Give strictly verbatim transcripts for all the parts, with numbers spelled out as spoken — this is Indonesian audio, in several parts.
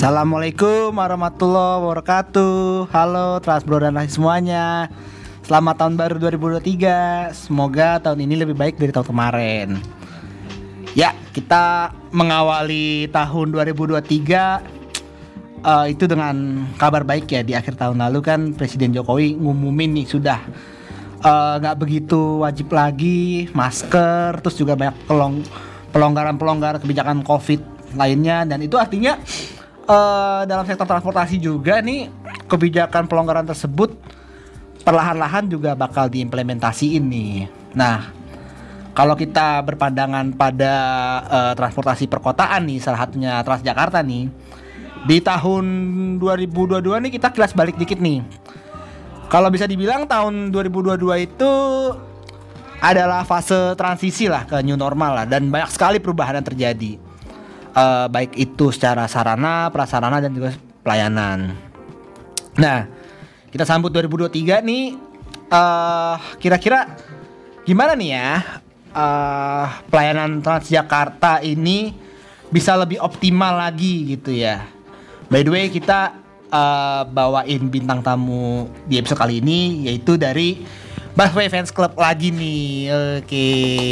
Assalamualaikum warahmatullahi wabarakatuh. Halo Transbro dan lain semuanya. Selamat tahun baru dua ribu dua puluh tiga. Semoga tahun ini lebih baik dari tahun kemarin. Ya, kita mengawali tahun dua ribu dua puluh tiga uh, itu dengan kabar baik ya. Di akhir tahun lalu kan Presiden Jokowi ngumumin nih sudah nggak uh, begitu wajib lagi masker, terus juga banyak pelong pelonggaran-pelonggaran kebijakan COVID lainnya, dan itu artinya Uh, dalam sektor transportasi juga nih kebijakan pelonggaran tersebut perlahan-lahan juga bakal diimplementasiin nih. Nah, kalau kita berpandangan pada uh, transportasi perkotaan nih, salah satunya Transjakarta nih, di tahun dua ribu dua puluh dua nih kita kilas balik dikit nih. Kalau bisa dibilang tahun dua ribu dua puluh dua itu adalah fase transisi lah ke new normal lah, dan banyak sekali perubahan yang terjadi. Uh, baik itu secara sarana, prasarana, dan juga pelayanan. Nah, kita sambut dua ribu dua puluh tiga nih. uh, Kira-kira gimana nih ya uh, pelayanan Transjakarta ini bisa lebih optimal lagi gitu ya. By the way, kita uh, bawain bintang tamu di episode kali ini, yaitu dari Busway Fans Club lagi nih. Oke.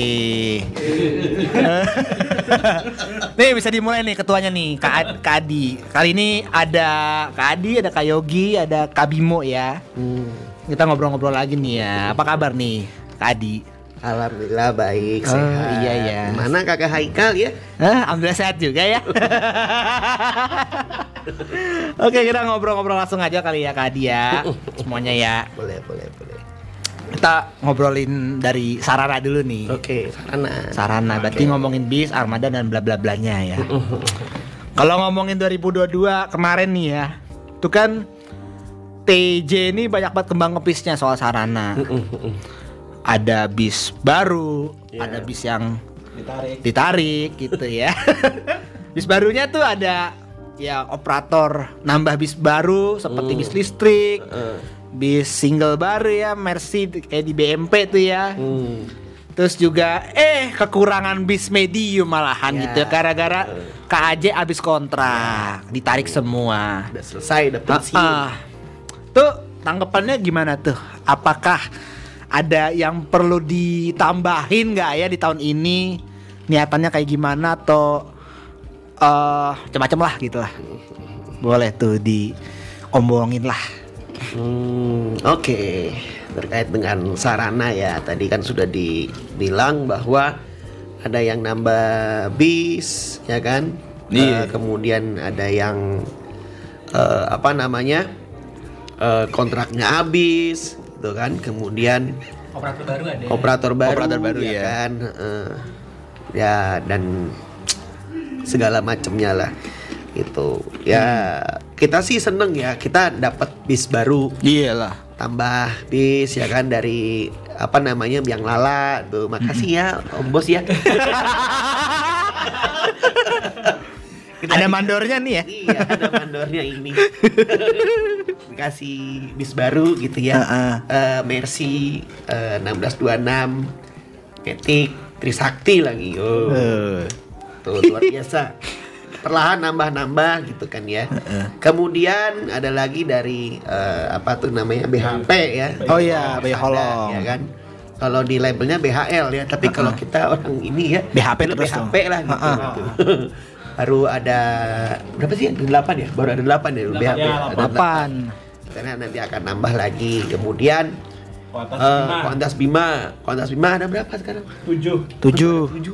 Nih bisa dimulai nih ketuanya nih, Kak, Ad, Kak Adi. Kali ini ada Kak Adi, ada Kak Yogi, ada Kak Bimo ya. Hmm. Kita ngobrol-ngobrol lagi nih ya. Apa kabar nih Kak Adi? Alhamdulillah baik, oh, sehat. Iya ya. Mana kakak Haikal ya? Ah, alhamdulillah sehat juga ya. Oke, kita ngobrol-ngobrol langsung aja kali ya Kak Adi ya. Semuanya ya. Boleh, boleh, boleh. Kita ngobrolin dari sarana dulu nih. Oke, sarana. Sarana, berarti okay. Ngomongin bis, armada, dan bla bla blanya ya. Kalau ngomongin dua ribu dua puluh dua kemarin nih ya, itu kan T J ini banyak banget kembang kepisnya soal sarana. Ada bis baru, yeah. Ada bis yang ditarik, ditarik gitu ya. Bis barunya tuh ada ya operator nambah bis baru seperti mm. bis listrik. Uh. Bis single baru ya, Mercy kayak di B M P tuh ya. Hmm. Terus juga eh kekurangan bis medium malahan ya, gitu gara-gara uh. K A J abis kontrak, ya. Ditarik semua. Udah selesai, udah pensiun. Uh, uh. Tuh tanggapannya gimana tuh? Apakah ada yang perlu ditambahin nggak ya di tahun ini? Niatannya kayak gimana atau uh, macam-macam lah gitu lah. Boleh tuh diomongin lah. Hmm, Oke, okay. Terkait dengan sarana ya, tadi kan sudah dibilang bahwa ada yang nambah bis, ya kan? Iya. Uh, kemudian ada yang uh, apa namanya uh, kontraknya habis, gitu kan? Kemudian operator baru ada. Operator baru, operator baru ya, ya. Kan? Uh, ya dan segala macamnya lah. Gitu ya, hmm. Kita sih seneng ya, kita dapat bis baru. Iyalah, tambah bis ya kan dari apa namanya Biang Lala tuh. Makasih ya Om Bos ya. Ada mandornya nih ya. Iya, ada mandornya ini. Dikasih bis baru gitu ya. Uh-uh. uh, Mercy uh, enam belas dua puluh enam Matic Trisakti lagi. Oh. Uh. Tuh luar biasa. Perlahan nambah-nambah gitu kan ya. Uh-uh. Kemudian ada lagi dari uh, apa tuh namanya B H P ya. Oh iya, B Holong ya kan. Kalau di labelnya B H L ya, tapi uh-uh. kalau kita orang ini ya B H P B H P lah gitu. Uh-uh. Baru ada berapa sih? delapan ya? Baru ada delapan ya B H P. Ya, delapan. Karena nanti akan nambah lagi. Kemudian Kuantas uh, Bima. Kuantas Bima, Kuantas Bima ada berapa sekarang? Tujuh. Tujuh. Tujuh.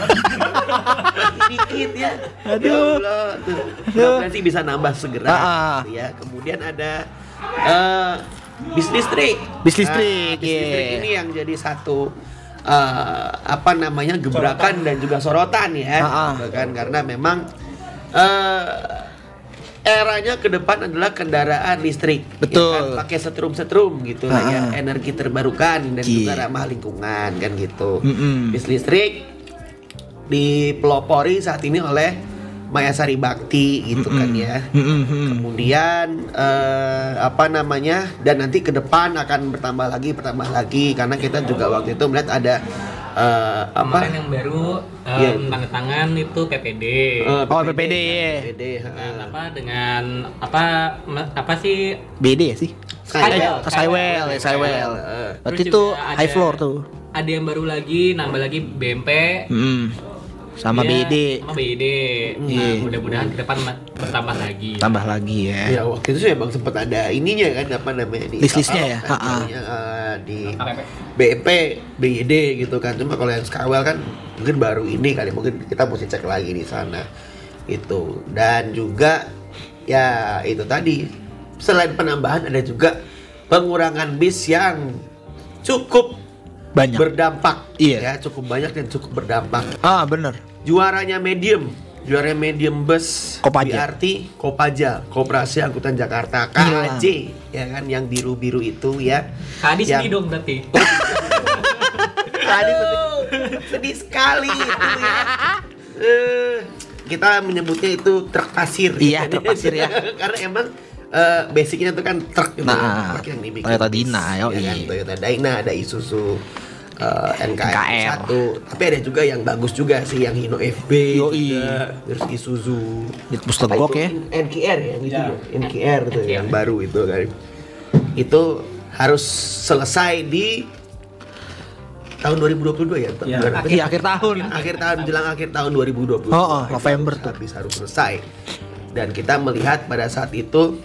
Dikit ya. Aduh. Mudah-mudahan sih bisa nambah segera. Ah. Ya. Kemudian ada uh, bis listrik. Bis listrik. Nah, bis listrik yeah. Ini yang jadi satu uh, apa namanya gebrakan sorotan. Dan juga sorotan ya. Ah. Kan karena memang uh, eranya ke depan adalah kendaraan listrik. Betul. Ya kan? Pakai setrum-setrum gitu lah ya, energi terbarukan dan Gih. juga ramah lingkungan kan gitu. Mm-mm. Bis listrik dipelopori saat ini oleh Mayasari Bakti gitu Mm-mm. kan ya. Mm-mm. Kemudian eh, apa namanya dan nanti ke depan akan bertambah lagi bertambah lagi karena kita juga waktu itu melihat ada uh, apa? Kemarin yang baru um, Iya. tanda tangan itu P P D. Uh, Oh, P P D, ya. P P D, Dengan uh, apa dengan apa me- apa sih B D ya sih? Skywell. Oh, Skywell, ya, Skywell. Uh, Berarti Terus itu juga ada- high floor tuh. ada yang baru lagi nambah lagi B M P Hmm. Sama Iya, B D. sama B D. Nah, Iya. mudah-mudahan ke depan ma- bertambah lagi. Tambah lagi ya. Ya waktu itu sih emang sempat ada ininya kan apa namanya di List-listnya ya? katalog kan, Ha-ha. namanya, uh, di K P P. B M P, B Y D gitu kan. Cuma kalau yang Skywell kan mungkin baru ini kali, mungkin kita mesti cek lagi di sana. Itu. Dan juga ya itu tadi selain penambahan ada juga pengurangan bis yang cukup Banyak. berdampak. Iya. Ya, cukup banyak dan cukup berdampak. Ah, bener. Juaranya medium, juara medium bus Kopaja. B R T Kopaja, Koperasi Angkutan Jakarta K A J, ya kan yang biru-biru itu ya. Tadi Yang- sedih dong berarti. Tadi sedih, sedih sekali itu ya. Eh, kita menyebutnya itu truk pasir. Iya, truk pasir ya. Karena emang eh, basicnya itu kan truk gitu. Nah, truk yang dibikin Toyota bis, Dyna, ya yoi. kan? Toyota Dyna, ada Isuzu eh, N K R N K R. satu. Tapi ada juga yang bagus juga sih, yang Hino F B Yoi. juga, terus Isuzu. Dit bus Apa legok itu? ya. N K R ya, yang itu Ya. ya. N K R tuh N K R. yang baru itu kan. Itu harus selesai di tahun dua ribu dua puluh dua ya. Ya. Bulan apa sih? Iya, akhir tahun. akhir tahun menjelang akhir tahun dua ribu dua puluh. Oh, oh, November tuh. Habis harus selesai. Dan kita melihat pada saat itu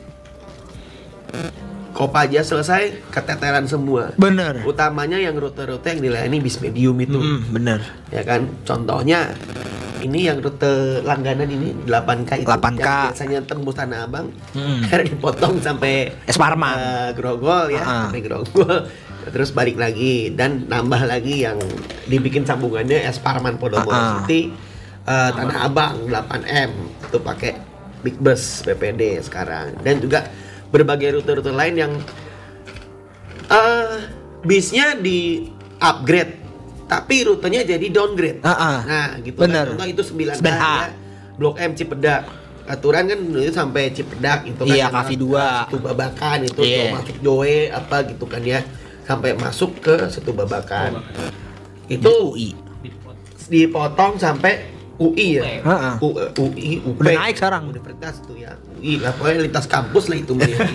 Kopaja selesai, keteteran semua. Bener. Utamanya yang rute-rute yang dilayani bis medium itu. Hmm, bener. Ya kan? Contohnya ini yang rute langganan ini delapan K itu. delapan K. Yang biasanya tembus Tanah Abang. Hmm. Akhirnya dipotong sampai Es Parman. eh, Grogol ya, Ah. sampai Grogol. Terus balik lagi dan nambah lagi yang dibikin sambungannya Es Parman Podomoro Ah, ah. City, eh, Tanah Abang delapan M itu pakai big bus P P D sekarang, dan juga berbagai rute-rute lain yang eh bisnya di upgrade tapi rutenya jadi downgrade. Ah, ah. Nah, gitu Bener. kan. Contoh itu sembilan H sembilan H. ya, Blok M Cipedak. Aturan kan itu sampai Cipedak itu kan. Iya, yang K V dua. Satu babakan itu Iya. tuh masuk Joe apa gitu kan ya. Sampai masuk ke satu babakan. Itu U I. dipotong sampai U I ya. Heeh. U, U I, U P. Udah naik sekarang. Universitas tuh ya. U I lah, pokoknya lintas kampus lah itu mah ya.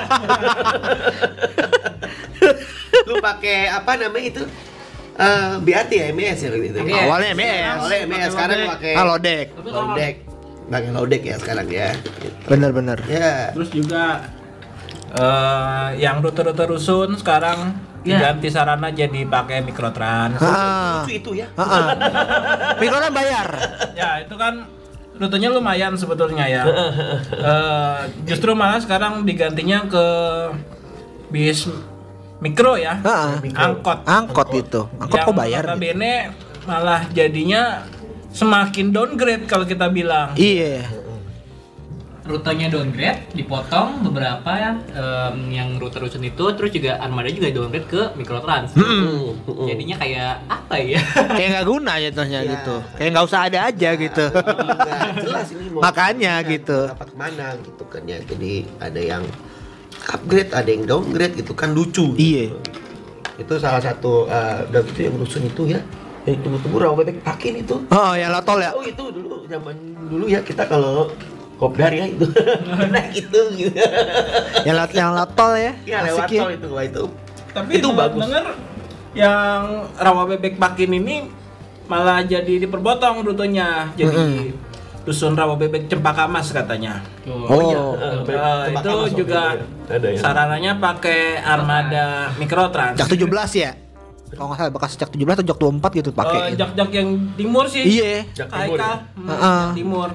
Lu pakai apa namanya itu? Eh, B R T ya, M E S ya gitu. Iya. Awalnya M E S. Awalnya M E S, sekarang pakai Ah, Lodek. Lodek. Pakai Lodek ya sekarang ya. Bener-bener. Ya. Terus juga eh yang rute-rute rusun sekarang Ya. diganti sarana jadi pakai mikrotrans. Ah. Itu itu ya. Heeh. Mikronya bayar. Ya itu kan rutenya lumayan sebetulnya ya. Eh, justru malah sekarang digantinya ke bis mikro ya. Heeh. Angkot. Angkot itu. Angkot Yang kok bayar gitu. notabene malah jadinya semakin downgrade kalau kita bilang. Iya. Rutenya downgrade, dipotong beberapa em, yang rute rusun itu, terus juga armada juga downgrade ke mikrotrans. Hmm. Jadinya kayak apa ya? Kayak nggak guna jatuhnya Iya. gitu. Kayak nggak usah ada aja gitu. Nggak jelas ini mau Makanya kemana, gitu. dapat kemana gitu kan ya. Jadi ada yang upgrade, ada yang downgrade gitu kan, lucu. Iya. Itu salah satu eh, dan itu yang rusun itu ya. Yang tunggu-tunggu rawa bebek pakin itu. Oh, yang lotol ya. Oh itu dulu zaman dulu ya kita kalau kopdar ya itu. Naik itu gitu. Yang lot yang lotol ya. Ya lewat Asik ya. tol itu, wah itu. Tapi itu bagus. Dengar yang rawa bebek Pakin ini malah jadi diperbotong rutenya. Jadi dusun rawa bebek Cempaka Mas katanya. Oh. iya. Eh, itu juga ada ya. sarananya pakai armada mikrotrans. Jak tujuh belas ya. Kalau nggak salah bekas Jak tujuh belas atau Jak dua puluh empat gitu Eh, pakai. jak-jak yang timur sih. Iya. Jak timur Haikal, ya? hmm, Heeh. Jak timur.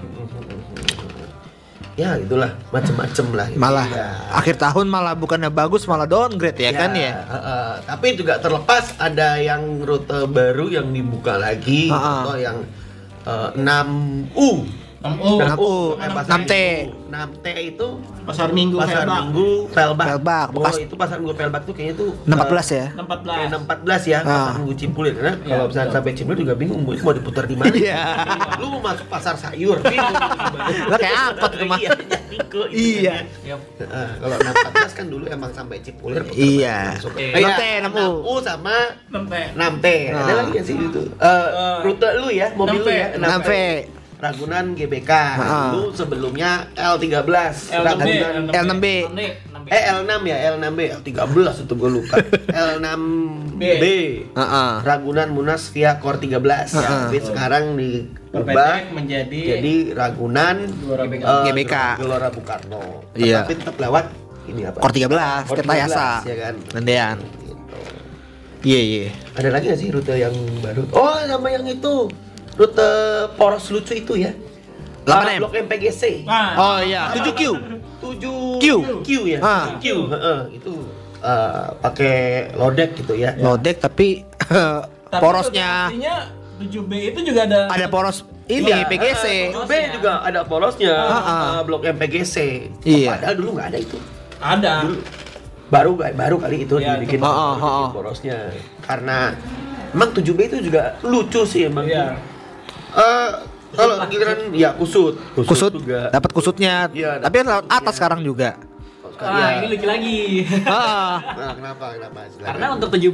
Ya itulah macem-macem lah. gitu. Malah Ya. akhir tahun malah bukannya bagus malah downgrade ya, kan ya. heeh. Tapi juga terlepas ada yang rute baru yang dibuka lagi, Ha-ha. atau yang eh, enam U enam U. enam U, eh, pasar enam T. Minggu. enam T itu Pasar Minggu pasar Velbak. Minggu Velbak. Velbak, Oh, bekas- itu pasar Minggu Velbak tuh kayaknya tuh enam belas ya. enam empat belas. Kayak enam empat belas ya, Ah. pasar Minggu Cipulir. Karena Iya, kalau misalnya betul. sampai Cipulir juga bingung mau mau diputar di mana. Iya. Lu mau masuk pasar sayur, bingung. Lah kayak angkot itu mah. Iya, Nike itu Iya. kan ya. Yap. Heeh, kalau enam empat belas kan dulu emang sampai Cipulir. putar Iya. balik masuk. Oke. Eh, enam iya, T, enam U. enam U sama enam T. enam T. Ada Ah. lagi nggak sih itu? Eh, rute lu ya, mobil enam lu V. ya. enam V. Ragunan G B K. Ah. Dulu sebelumnya L tiga belas. L enam B. Ragunan L enam B. enam D, enam B. Eh L enam ya, L enam B, L tiga belas itu gue lupa. L enam B. Heeh. Ragunan Munas via Core tiga belas. Heeh. Tapi sekarang diubah Perpendek menjadi jadi Ragunan Gelora Bung eh, G B K. Gelora Bung Karno. Iya. Tapi tetap lewat ini apa? Kor tiga belas, Kor Tirta tiga belas, Yasa. ya kan. Gandean. Gitu. Iya, iya. Ada lagi nggak sih rute yang baru? Oh, sama yang itu. Rute poros lucu itu ya. delapan M. Blok M P G C. Nah, Oh iya, tujuh Q. tujuh Q. Q ya. Ah. Q, heeh, itu eh, pakai lodek gitu ya. Lodek tapi tapi porosnya artinya tujuh B itu juga ada ada poros ini Iya, P G C. eh, tujuh B juga ada porosnya. Ah, ah. eh, Blok M P G C. Iya. Padahal dulu nggak ada itu. ada. Dulu baru baru kali itu Iya, dibikin, itu. Ah, ah, dibikin ah. porosnya. Karena emang tujuh B itu juga lucu sih emang. Iya. Eh, kalau giliran ya kusut, Kusut juga. dapat kusutnya. Iya, Tapi kan dapat lewat atas kusutnya. sekarang juga. Sekali Wah, ya. ini lucu lagi. Ah. Nah, kenapa? Kenapa? Silakan. Karena untuk tujuh B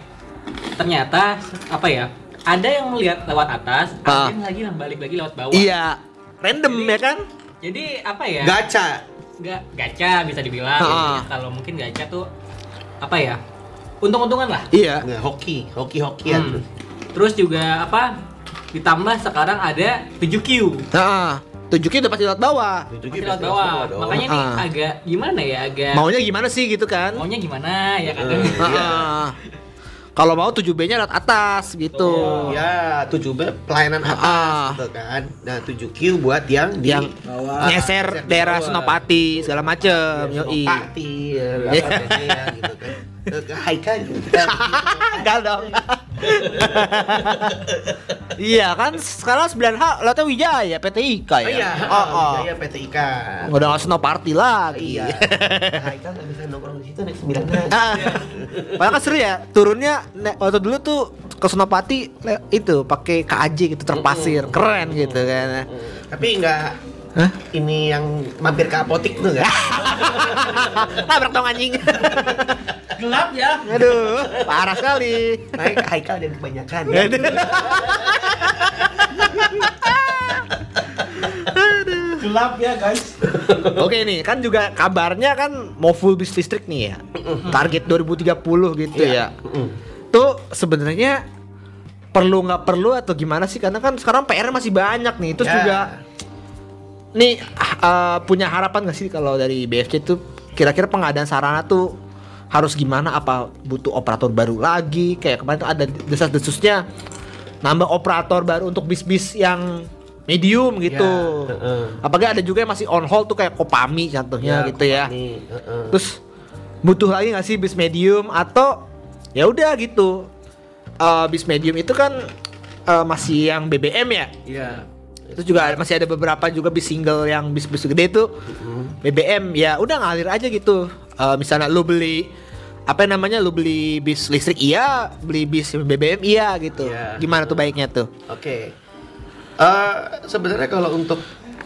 ternyata apa ya? Ada yang melihat lewat atas, Ah. ada yang lagi yang balik lagi lewat bawah. Iya. Random ya kan? Jadi apa ya? gacha. Nggak gacha bisa dibilang. Ah. Ya, kalau mungkin gacha tuh apa ya? Untung-untungan lah. Iya. Nggak, hoki, hoki-hokian. Hmm. Terus juga apa? Ditambah sekarang ada tujuh Q. Nah, tujuh Q udah pasti lewat bawah. Itu Masih juga lewat bawah. dong. Makanya nih Ah. agak gimana ya? Agak Maunya gimana sih gitu kan? maunya gimana ya kan? Eh, iya. Ah. Kalau mau tujuh B-nya lewat atas gitu. Ya, tujuh B pelayanan atas Ah. gitu kan. Nah, tujuh Q buat yang di Yang bawah. ngeser Ah, di daerah bawah. Senopati segala macem. Ya, Yoi. Senopati, ya, Iya. apa ya, gitu kan. Eh, Ke Haika gitu. Kita Enggak dong. Iya kan sekarang sembilan H lewatnya Wijaya P T I K ya. Oh iya, Oh, oh. Wijaya P T I K. Udah nggak Senopati lagi. Iya. Haika nggak bisa nongkrong di situ naik sembilan H. Ah, padahal kan seru ya, turunnya ne- waktu dulu tuh ke Senopati le- itu pakai K A J gitu terpasir, keren gitu kan. Tapi nggak Hah? ini yang mampir ke apotik tuh nggak? Tabrak dong anjing. Gelap ya. Aduh, parah sekali. Naik ke Haikal dan kebanyakan. Gelap ya, guys. Oke nih, kan juga kabarnya kan mau full bis listrik nih ya. Target dua ribu tiga puluh gitu ya. Mm. Tuh sebenarnya perlu nggak perlu atau gimana sih? Karena kan sekarang P R masih banyak nih. Terus Ya. juga nih uh, punya harapan nggak sih kalau dari B F C tuh kira-kira pengadaan sarana tuh harus gimana? Apa butuh operator baru lagi? Kayak kemarin tuh ada desas-desusnya nambah operator baru untuk bis-bis yang medium gitu. Ya, heeh. Apalagi ada juga yang masih on hold tuh kayak Kopami contohnya gitu ya. Nih, heeh. Terus butuh lagi nggak sih bis medium atau ya udah gitu. Uh, bis medium itu kan uh, masih yang B B M ya. Iya. Terus juga ada- masih ada beberapa juga bis single yang bis-bis gede tuh B B M ya udah ngalir aja gitu. Uh, misalnya lu beli apa namanya lu beli bis listrik iya, beli bis B B M iya gitu. Iya. Gimana tuh baiknya tuh? Oke. Eh, sebenarnya kalau untuk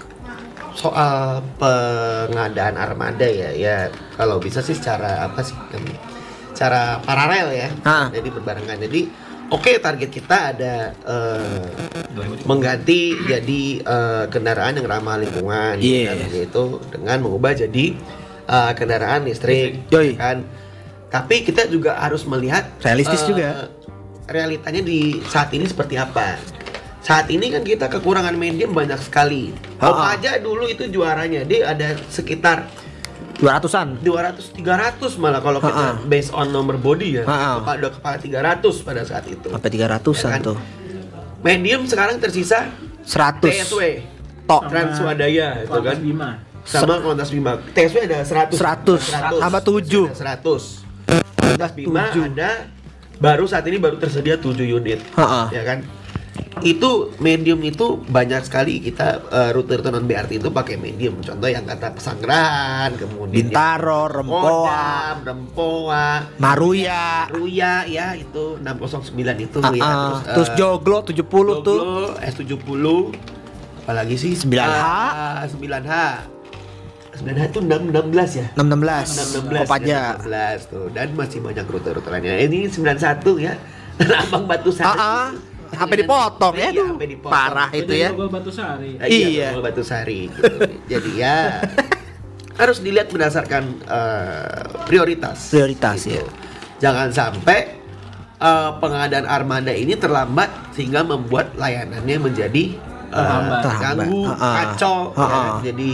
soal pengadaan armada ya, ya kalau bisa sih secara apa sih? em, Cara paralel ya. Ah. Jadi berbarengan. Jadi oke target kita ada eh, mengganti jadi eh, kendaraan yang ramah lingkungan, Iya. kan, yaitu dengan mengubah jadi eh, kendaraan listrik, Yoi. kan. Tapi kita juga harus melihat Realistis eh, juga. realitanya di saat ini seperti apa. Saat ini kan kita kekurangan medium banyak sekali. Ha-ha. Kopaja dulu itu juaranya, dia ada sekitar dua ratusan. dua ratus tiga ratus malah kalau kita Ha-ha. based on nomor body ya. Ha-ha. Kepada kepala tiga ratus pada saat itu. Sampai tiga ratusan Ya kan? tuh. Medium sekarang tersisa seratus. T S W, Tok. Transwadaya itu kan. Kuantas Bima. Sama Kontas Bima. T S W ada seratus. Seratus. Tambah tujuh. Ada seratus. Kontas Bima tujuh. ada baru saat ini baru tersedia tujuh unit. Ha-ha. Ya kan? itu medium itu banyak sekali kita uh, rute-rute non B R T itu pakai medium. Contoh yang kata Pesanggerahan, kemudian Bintaro, Rempoa, Kodam, Rempoa, Maruya, Ruya ya itu enam nol sembilan itu uh, ya. uh, Terus, terus uh, Joglo tujuh puluh tuh. Joglo, S tujuh puluh. Apalagi sih sembilan H. Uh, sembilan H. sembilan H itu enam enam belas ya. enam enam belas. ya, Kopaja. enam belas tuh. Dan masih banyak rute-rute lainnya. Ini sembilan satu ya. Abang Batu Sari. Ah, ah. Sampai dipotong ya Iya, tuh. sampai dipotong. Parah itu ya. Joglo Batusari. Eh, Iya. Iya, Tol Batu Sari gitu. Jadi ya harus dilihat berdasarkan uh, prioritas. Prioritas, gitu. ya. Jangan sampai uh, pengadaan armada ini terlambat sehingga membuat layanannya menjadi uh, Terhambat. terganggu, Terhambat. Uh-uh. kacau, ya. Uh-uh. Jadi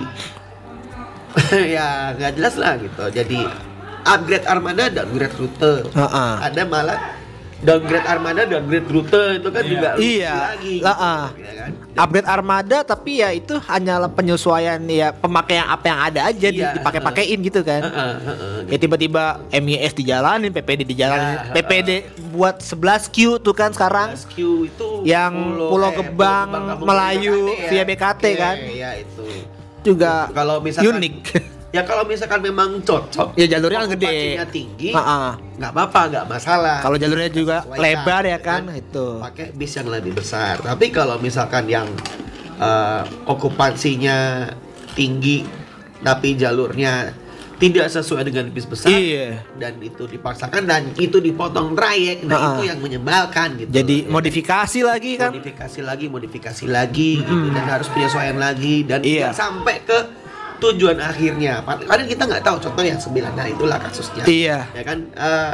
ya nggak jelas lah gitu. Jadi upgrade armada, downgrade rute. Uh-uh. Ada malah downgrade armada, downgrade rute itu kan Iya. juga lucu Iya. lagi. Uh-uh. Gitu, ya kan? Upgrade armada tapi ya itu hanyalah penyesuaian ya pemakaian apa yang ada aja di- Iya. dipakai-pakein gitu kan. Heeh, heeh, Ya tiba-tiba M I S dijalanin, P P D dijalanin. Ya, P P D buat sebelas Q tuh kan sekarang. Rescue itu Yang Pulau eh, Gebang, Kampung Melayu, B K T via B K T kan. Iya itu. Juga Kalau misalkan unik. Ya kalau misalkan memang cocok. Ya jalurnya kan gede. okupansinya tinggi. Heeh. Nggak apa-apa, nggak masalah. Kalau jalurnya juga Sesuaikan, lebar ya ya kan itu. Pakai bis yang lebih besar. Tapi kalau misalkan yang eh, okupansinya tinggi tapi jalurnya tidak sesuai dengan bis besar Iya. dan itu dipaksakan dan itu dipotong trayek, nah Ha-ha. itu yang menyebalkan gitu. Jadi Ya. modifikasi lagi kan. modifikasi lagi, modifikasi lagi, gitu. Dan harus penyesuaian lagi dan Iya. nggak sampai ke tujuan akhirnya. Karena kita nggak tahu. Contoh yang sembilan, nah itulah kasusnya. Iya. Ya kan. eh,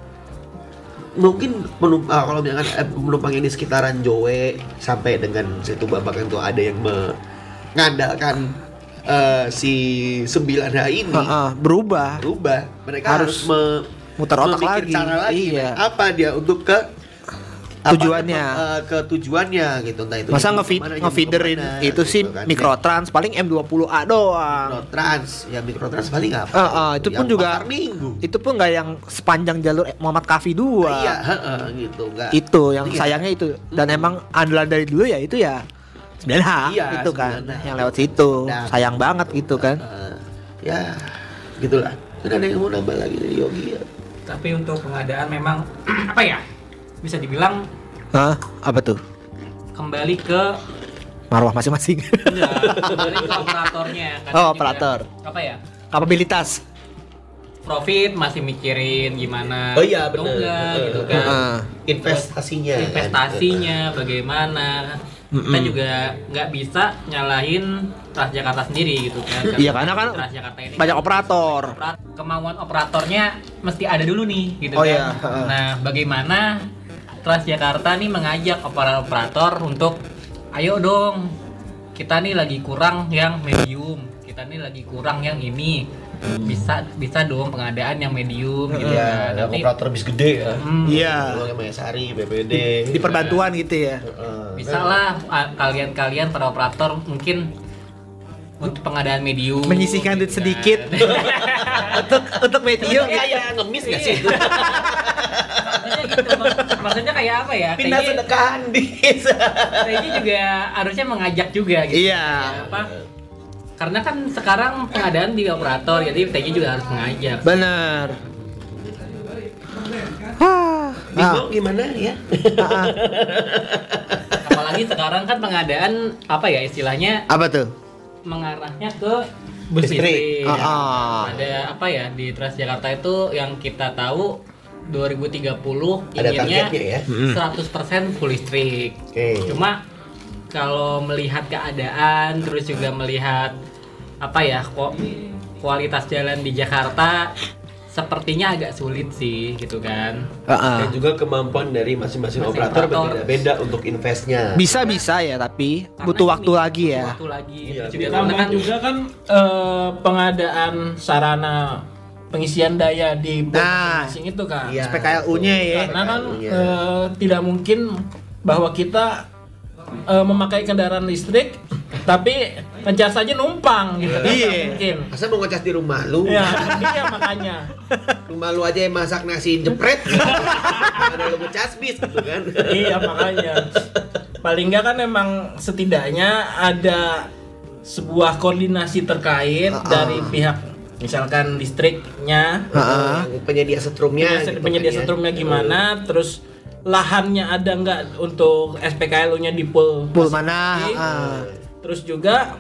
mungkin penum- ah, kalau misalkan eh, penumpang yang di sekitaran Jowe sampai dengan situ Babakan tuh ada yang mengandalkan eh, si sembilan H ini Heeh, berubah. berubah. Mereka harus, Harus me- muter otak memikir lagi. cara lagi. Iya. Apa dia untuk ke Tujuannya. apa, eh, ke tujuannya gitu. Entah itu Masa nyambung ngefeed kemana, nyambung ngefeederin kemana, itu sih gitu kan. Mikrotrans paling M dua puluh A doang. Mikrotrans, ya Mikrotrans paling apa? Ah, ah, itu pun Yang juga pasar minggu. Itu pun nggak yang sepanjang jalur Muhammad Kafi dua. Iya, heeh, gitu enggak. Itu yang Iya. sayangnya itu. Dan emang andalan dari dulu ya itu ya sembilan H Iya, itu kan sembilan H. yang lewat situ. Nah, Sayang banget gitu kan. Eh, ya, gitulah. Sudah ada yang mau nambah lagi dari Yogi ya? Tapi untuk pengadaan memang apa ya? Bisa dibilang Hah? Apa tuh? kembali ke Marwah masing-masing. enggak, kembali ke operatornya. Karena Oh, juga, operator. Apa ya? Kapabilitas. Profit masih mikirin gimana Oh iya, atau bener. enggak gitu Heeh. kan. Heeh. Investasinya. kan? Investasinya bagaimana. Kita Mm-mm. juga nggak bisa nyalahin Transjakarta sendiri gitu kan. Iya, karena kan Transjakarta ini banyak operator. Operat- kemauan operatornya mesti ada dulu nih gitu Oh kan. iya, heeh. Nah, bagaimana Transjakarta nih mengajak operator-operator untuk ayo dong. Kita nih lagi kurang yang medium. Kita nih lagi kurang yang ini. Bisa bisa dong pengadaan yang medium gitu Iya, kan. Nanti operator bis gede ya. hmm, Iya. Kalau Mayasari, B P D. Di perbantuan gitu ya. Heeh. bisa lah a- kalian-kalian para operator mungkin untuk pengadaan medium Menyisihkan duit gitu sedikit. kan. untuk untuk medium. Kayak ngemis nggak sih? Maksudnya gitu, mak- maksudnya kayak apa ya? Pindah T J sedekahan bis. T J juga harusnya mengajak juga gitu. Iya. Ya, apa? Karena kan sekarang pengadaan di operator, jadi T J juga harus mengajak. Bener. Hah. Bingung gimana ya? Ah, ah. Apalagi sekarang kan pengadaan apa ya istilahnya Apa tuh? mengarahnya ke bus Listrik. listrik. Ah, ah. Ada apa ya di Transjakarta itu yang kita tahu dua ribu tiga puluh Ada inginnya targetnya ya? seratus persen full listrik. Oke. Cuma kalau melihat keadaan terus juga melihat apa ya kok kualitas jalan di Jakarta sepertinya agak sulit sih gitu kan. Ah, ah. Dan juga kemampuan dari masing-masing Masing operator operator. berbeda-beda untuk investnya. Bisa bisa ya tapi Karena butuh ini waktu lagi ya. Waktu lagi. Iya, Terus juga iya. karena Tambah kan juga kan eh, pengadaan sarana pengisian daya di pos Nah, masing-masing itu kan. Iya. S P K L U-nya ya. Karena kan Iya. eh, tidak mungkin bahwa kita eh, memakai kendaraan listrik tapi ngecas aja numpang gitu kan. Iya. Nggak mungkin. Masa mau ngecas di rumah lu? Ya, iya makanya. Rumah lu aja yang masak nasi jepret. Mana lu ngecas bis gitu kan? Iya makanya. paling nggak kan emang setidaknya ada sebuah koordinasi terkait uh-uh. dari pihak misalkan listriknya, uh-uh. yang penyedia setrumnya, penyedia, gitu penyedia kan ya. setrumnya gimana, terus lahannya ada nggak untuk S P K L U-nya di pool Pool mana? masing-masing. uh. Terus juga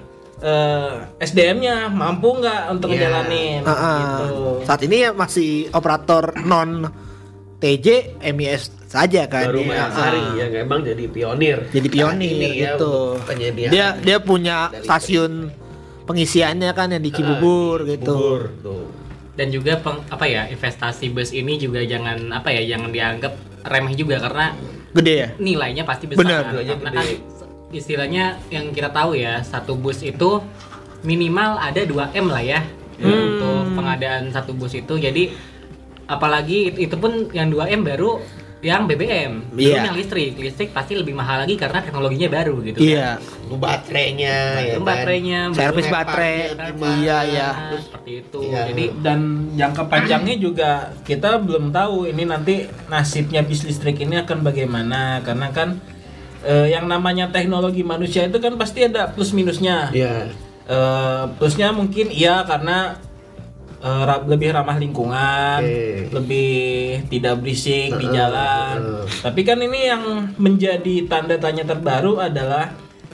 eh, S D M-nya mampu nggak untuk Yeah. ngejalanin Uh-uh. gitu. Saat ini ya masih operator non T J M I S saja kan. Baru dia. Mayasari Ah. yang emang jadi pionir. Jadi pionir Saat ini ya, gitu. untuk penyediaan Dia dia punya dari stasiun pengisiannya kan yang di Cibubur Ah, di gitu. Cibubur, tuh. Dan juga peng, apa ya investasi bus ini juga jangan apa ya jangan dianggap remeh juga karena Gede ya? nilainya pasti besar. Bener. Nilainya Karena gede. kan istilahnya yang kita tahu ya satu bus itu minimal ada dua M lah ya Hmm. untuk pengadaan satu bus itu. Jadi apalagi itu, itu pun yang dua M baru yang B B M. Belum Iya. yang listrik. Listrik pasti lebih mahal lagi karena teknologinya baru gitu. Iya. Lu baterainya, ya Belum kan? baterainya, Servis Belum baterai. ngepaknya gimana. Iya, iya. Nah, seperti itu. Iya. Jadi Dan jangka panjangnya juga kita belum tahu ini nanti nasibnya bis listrik ini akan bagaimana karena kan eh, yang namanya teknologi manusia itu kan pasti ada plus minusnya. Iya. Eh, plusnya mungkin iya karena eh, ra- lebih ramah lingkungan, Oke. lebih tidak berisik di Heeh, jalan. heeh. Tapi kan ini yang menjadi tanda tanya terbaru adalah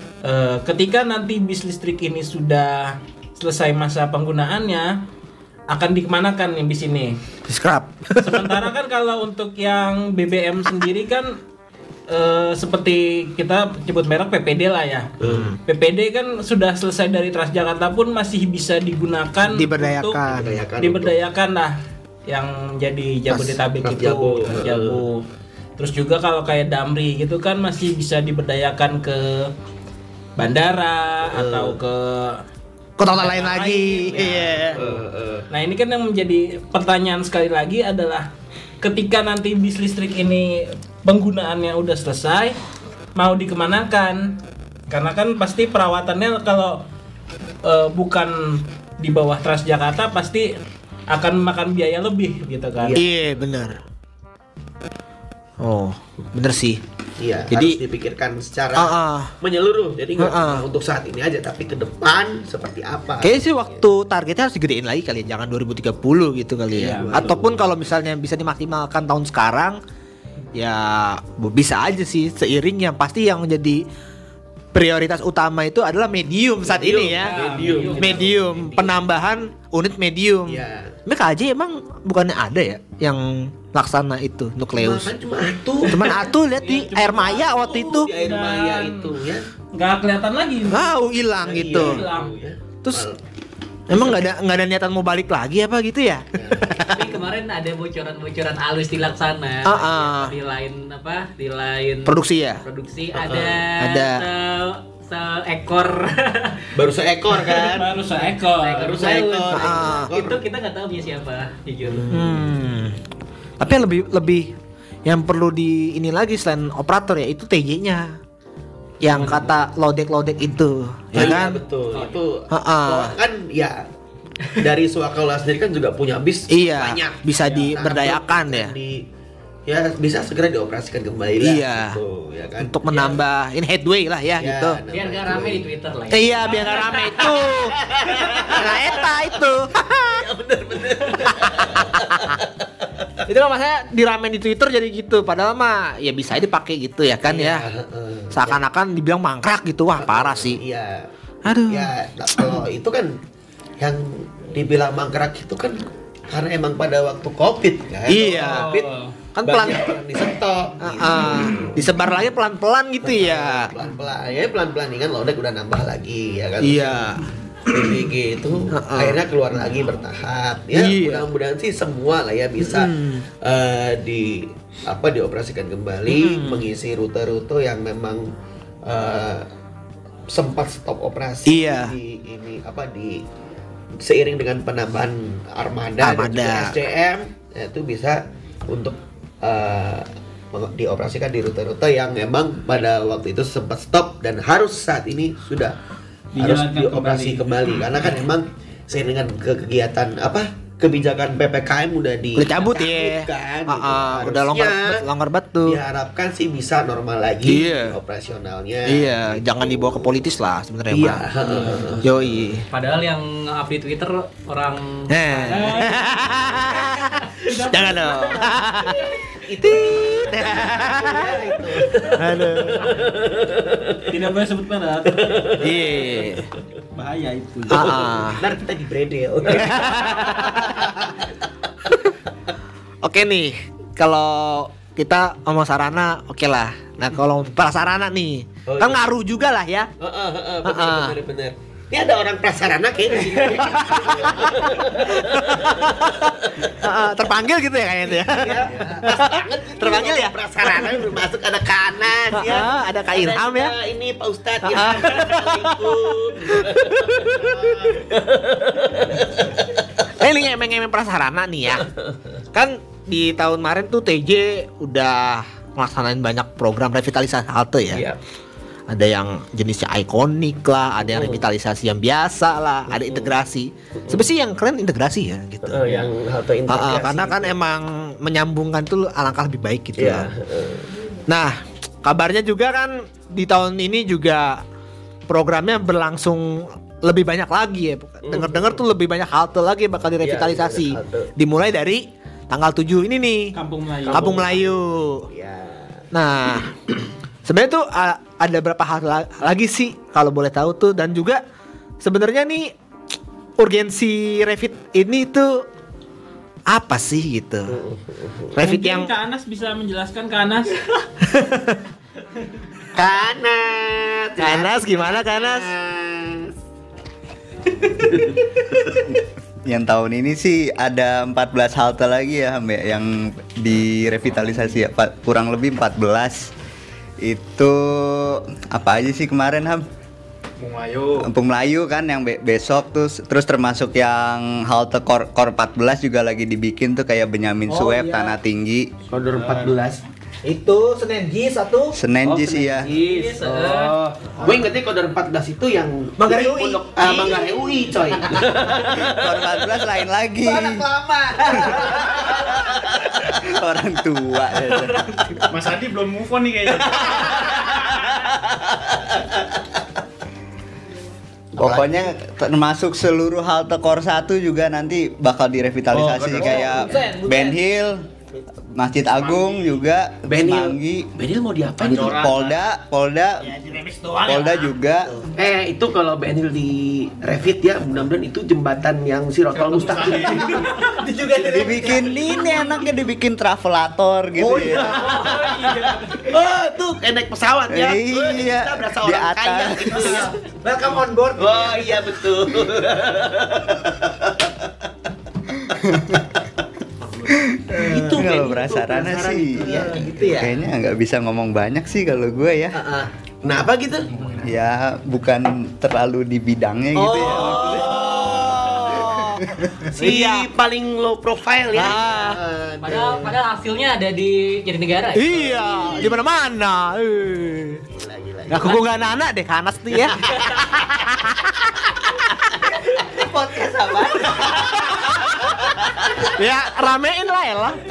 eh, ketika nanti bis listrik ini sudah selesai masa penggunaannya akan dikemanakan nih bis ini. Di scrap. Sementara kan kalau untuk yang B B M sendiri kan eh, seperti kita sebut merek P P D lah ya. P P D kan sudah selesai dari Transjakarta pun masih bisa digunakan Diberdayakan. untuk Diberdayakan diberdayakan lah yang jadi Jabodetabek Trans itu Jabo. Jabo. Terus juga kalau kayak Damri gitu kan masih bisa diberdayakan ke bandara atau ke Kota lain lagi. Ya. Iya. Eh, eh. Nah ini kan yang menjadi pertanyaan sekali lagi adalah ketika nanti bis listrik ini penggunaannya udah selesai mau dikemanakan karena kan pasti perawatannya kalau eh, bukan di bawah Transjakarta pasti akan makan biaya lebih gitu kan. Iya, benar. Oh, bener sih. Iya, Jadi- harus dipikirkan secara Ah, ah. menyeluruh. Jadi nggak Ah, ah. cuma untuk saat ini aja, tapi ke depan seperti apa? Kayaknya sih waktu targetnya harus digedein lagi kali ya, jangan dua ribu tiga puluh gitu kali ya. Iya, Ataupun kalau misalnya bisa dimaksimalkan tahun sekarang, ya bisa aja sih seiring yang pasti yang menjadi prioritas utama itu adalah medium saat Medium, ini ya. medium. Medium, penambahan unit medium. Iya. Ini K J emang bukannya ada ya yang laksana itu nukleus. Kan cuma atuh. Cuman atuh lihat di Iya, cuma air maya waktu itu. Di air maya Dan- itu ya. Nggak kelihatan lagi. Wow, hilang Iya, gitu. hilang. ya. Terus emang nggak ada nggak ada niatan mau balik lagi apa gitu ya? tapi kemarin ada bocoran-bocoran halus di Laksana. Ah, ah. Di lain apa? Di lain Produksi ya. produksi ada Ada. se- seekor baru seekor kan. Baru seekor. Baru seekor. Ah. seekor. itu kita nggak tahu dia siapa jujur. Hmm. Tapi yang lebih lebih yang perlu di ini lagi selain operator ya itu T J-nya. Yang kata lodek lodek itu, ya Iya, kan? betul. Itu Ha-ha. kalau kan ya dari Suakaula sendiri kan juga punya bis Iya, banyak. bisa Ya, diberdayakan nah, ya. Di, ya bisa segera dioperasikan kembali lah. Iya. Gitu, ya kan. Untuk menambah in headway lah ya, Ya, gitu. nambah Biar nggak itu. rame di Twitter lah ya. Eh, iya, biar nggak rame itu. Nah, eta itu. Itu kan maksudnya diramein di Twitter jadi gitu. Padahal mah ya bisa aja dipakai gitu ya kan Iya, ya. heeh. Seakan-akan dibilang mangkrak gitu. Wah, parah sih. Iya. Aduh. Ya, nah, kalau itu kan yang dibilang mangkrak itu kan karena emang pada waktu Covid kan. Iya. Covid Kan pelan- banyak yang disetok. Ah, ah. Disebar lagi pelan-pelan gitu ya. Pelan-pelan, ya pelan-pelan ini kan lodek udah nambah lagi ya kan. Iya. P B G itu Heeh. akhirnya keluar lagi bertahap. Ya Iya. mudah-mudahan sih semua lah ya bisa Hmm. eh, di apa dioperasikan kembali, Hmm. mengisi rute-rute yang memang eh, sempat stop operasi Iya. di ini apa di seiring dengan penambahan armada, dan Armada. juga S D M ya, itu bisa untuk eh, meng- dioperasikan di rute-rute yang memang pada waktu itu sempat stop dan harus saat ini sudah harus Dijalankan dioperasi kembali. kembali. Karena kan emang seiring dengan ke kegiatan apa kebijakan P P K M udah di Udah cabut ya. kan, Ah, gitu. ah, udah longgar Harusnya longgar betul. diharapkan sih bisa normal lagi Iya. operasionalnya. Iya, jangan dibawa ke politis lah sebenarnya. Iya. Bang. Yoi. Padahal yang up di Twitter orang Eh. Jangan dong. Itu Aduh. Tidak boleh sebut merek. Iya. Bahaya itu. Ah, ah. Ntar kita di bredel. Oke nih, kalau kita ngomong sarana, oke lah. Nah kalau prasarana nih, Oh, kan iya. ngaruh juga lah ya. Heeh, heeh, Ah, ah. benar benar. Ini ada orang prasarana kayak di sini. Heeh, terpanggil gitu ya kayaknya tuh ya. Ya, pas banget gitu. Terpanggil ya? Prasarana udah masuk ada kanan ya. Ah, ada Kak Ilham ya. juga Ini Pak Ustadz ya. Ah, ah. Assalamualaikum. Eh ini ngemeng-ngemeng prasarana nih ya. Kan di tahun kemarin tuh T J udah melaksanain banyak program revitalisasi halte ya. Iya. Ada yang jenisnya ikonik lah, ada yang revitalisasi yang biasa lah, ada integrasi. Sebenarnya yang keren integrasi ya gitu. Oh, yang halte Ah, ah, integrasi. karena kan emang menyambungkan tuh alangkah lebih baik gitu Iya. lah. Nah, kabarnya juga kan di tahun ini juga programnya berlangsung lebih banyak lagi ya. Dengar-dengar tuh lebih banyak halte lagi yang bakal direvitalisasi. Iya, halte. Dimulai dari tanggal tujuh ini nih. Kampung Melayu. Kampung Melayu. Iya. Nah, sebenarnya tuh a- ada berapa hal la- lagi sih kalau boleh tahu tuh, dan juga sebenarnya nih urgensi revit ini tuh apa sih gitu? Revit Mungkin yang Kak Anas bisa menjelaskan Kak Anas. Kanan. Kanas gimana Kanas? Yang tahun ini sih ada empat belas halte lagi ya, Hambe, yang direvitalisasi ya, Pak. Kurang lebih empat belas. Itu apa aja sih kemarin, Ham? Kampung Melayu. Kampung Melayu kan yang be- besok tuh, terus termasuk yang halte Kor, Kor empat belas juga lagi dibikin tuh, kayak Benyamin Oh, Sueb, iya. Tanah Tinggi. Kodor empat belas. Itu Senin G satu. Senen Jis iya. Yes. Oh. Gue ingetnya kodor empat belas itu yang Manggarai U I. Pondok- ah, Manggarai U I, coy. Kor empat belas lain lagi. lama. Orang tua. Mas Andi belum move on nih kayaknya. Pokoknya termasuk seluruh halte Kor satu juga nanti bakal direvitalisasi, Oh, kayak Busen, Busen. Ben Hill, Masjid Agung juga, Benil. Semanggi, Benil mau diapain itu? Pancoran. Polda, Polda, Polda juga. Eh, itu kalau Benil di revit ya, mudah-mudahan itu jembatan yang Sirotol Mustaqim. Itu juga Dibikin ini enaknya dibikin travelator gitu ya. Oh, tuh kayak naik pesawat ya. Iya, Oh, kita berasa di orang atas. kaya gitu ya. welcome on board. Oh, iya betul. Itu kalau Benil tuh, prasarana prasarana sih, itu ya. gitu ya. kayaknya nggak bisa ngomong banyak sih kalau gue ya. Heeh. Kenapa gitu? Ya bukan terlalu di bidangnya gitu ya. Si paling low profile ya. Ah. Eh, padahal padahal hasilnya ada di Jatinegara. ya? Iya, di mana-mana. Eh. Gila, gila. Nah, aku gak anak-anak deh Kanas tuh ya. Podcast apa? Ya ramein lah ya lah.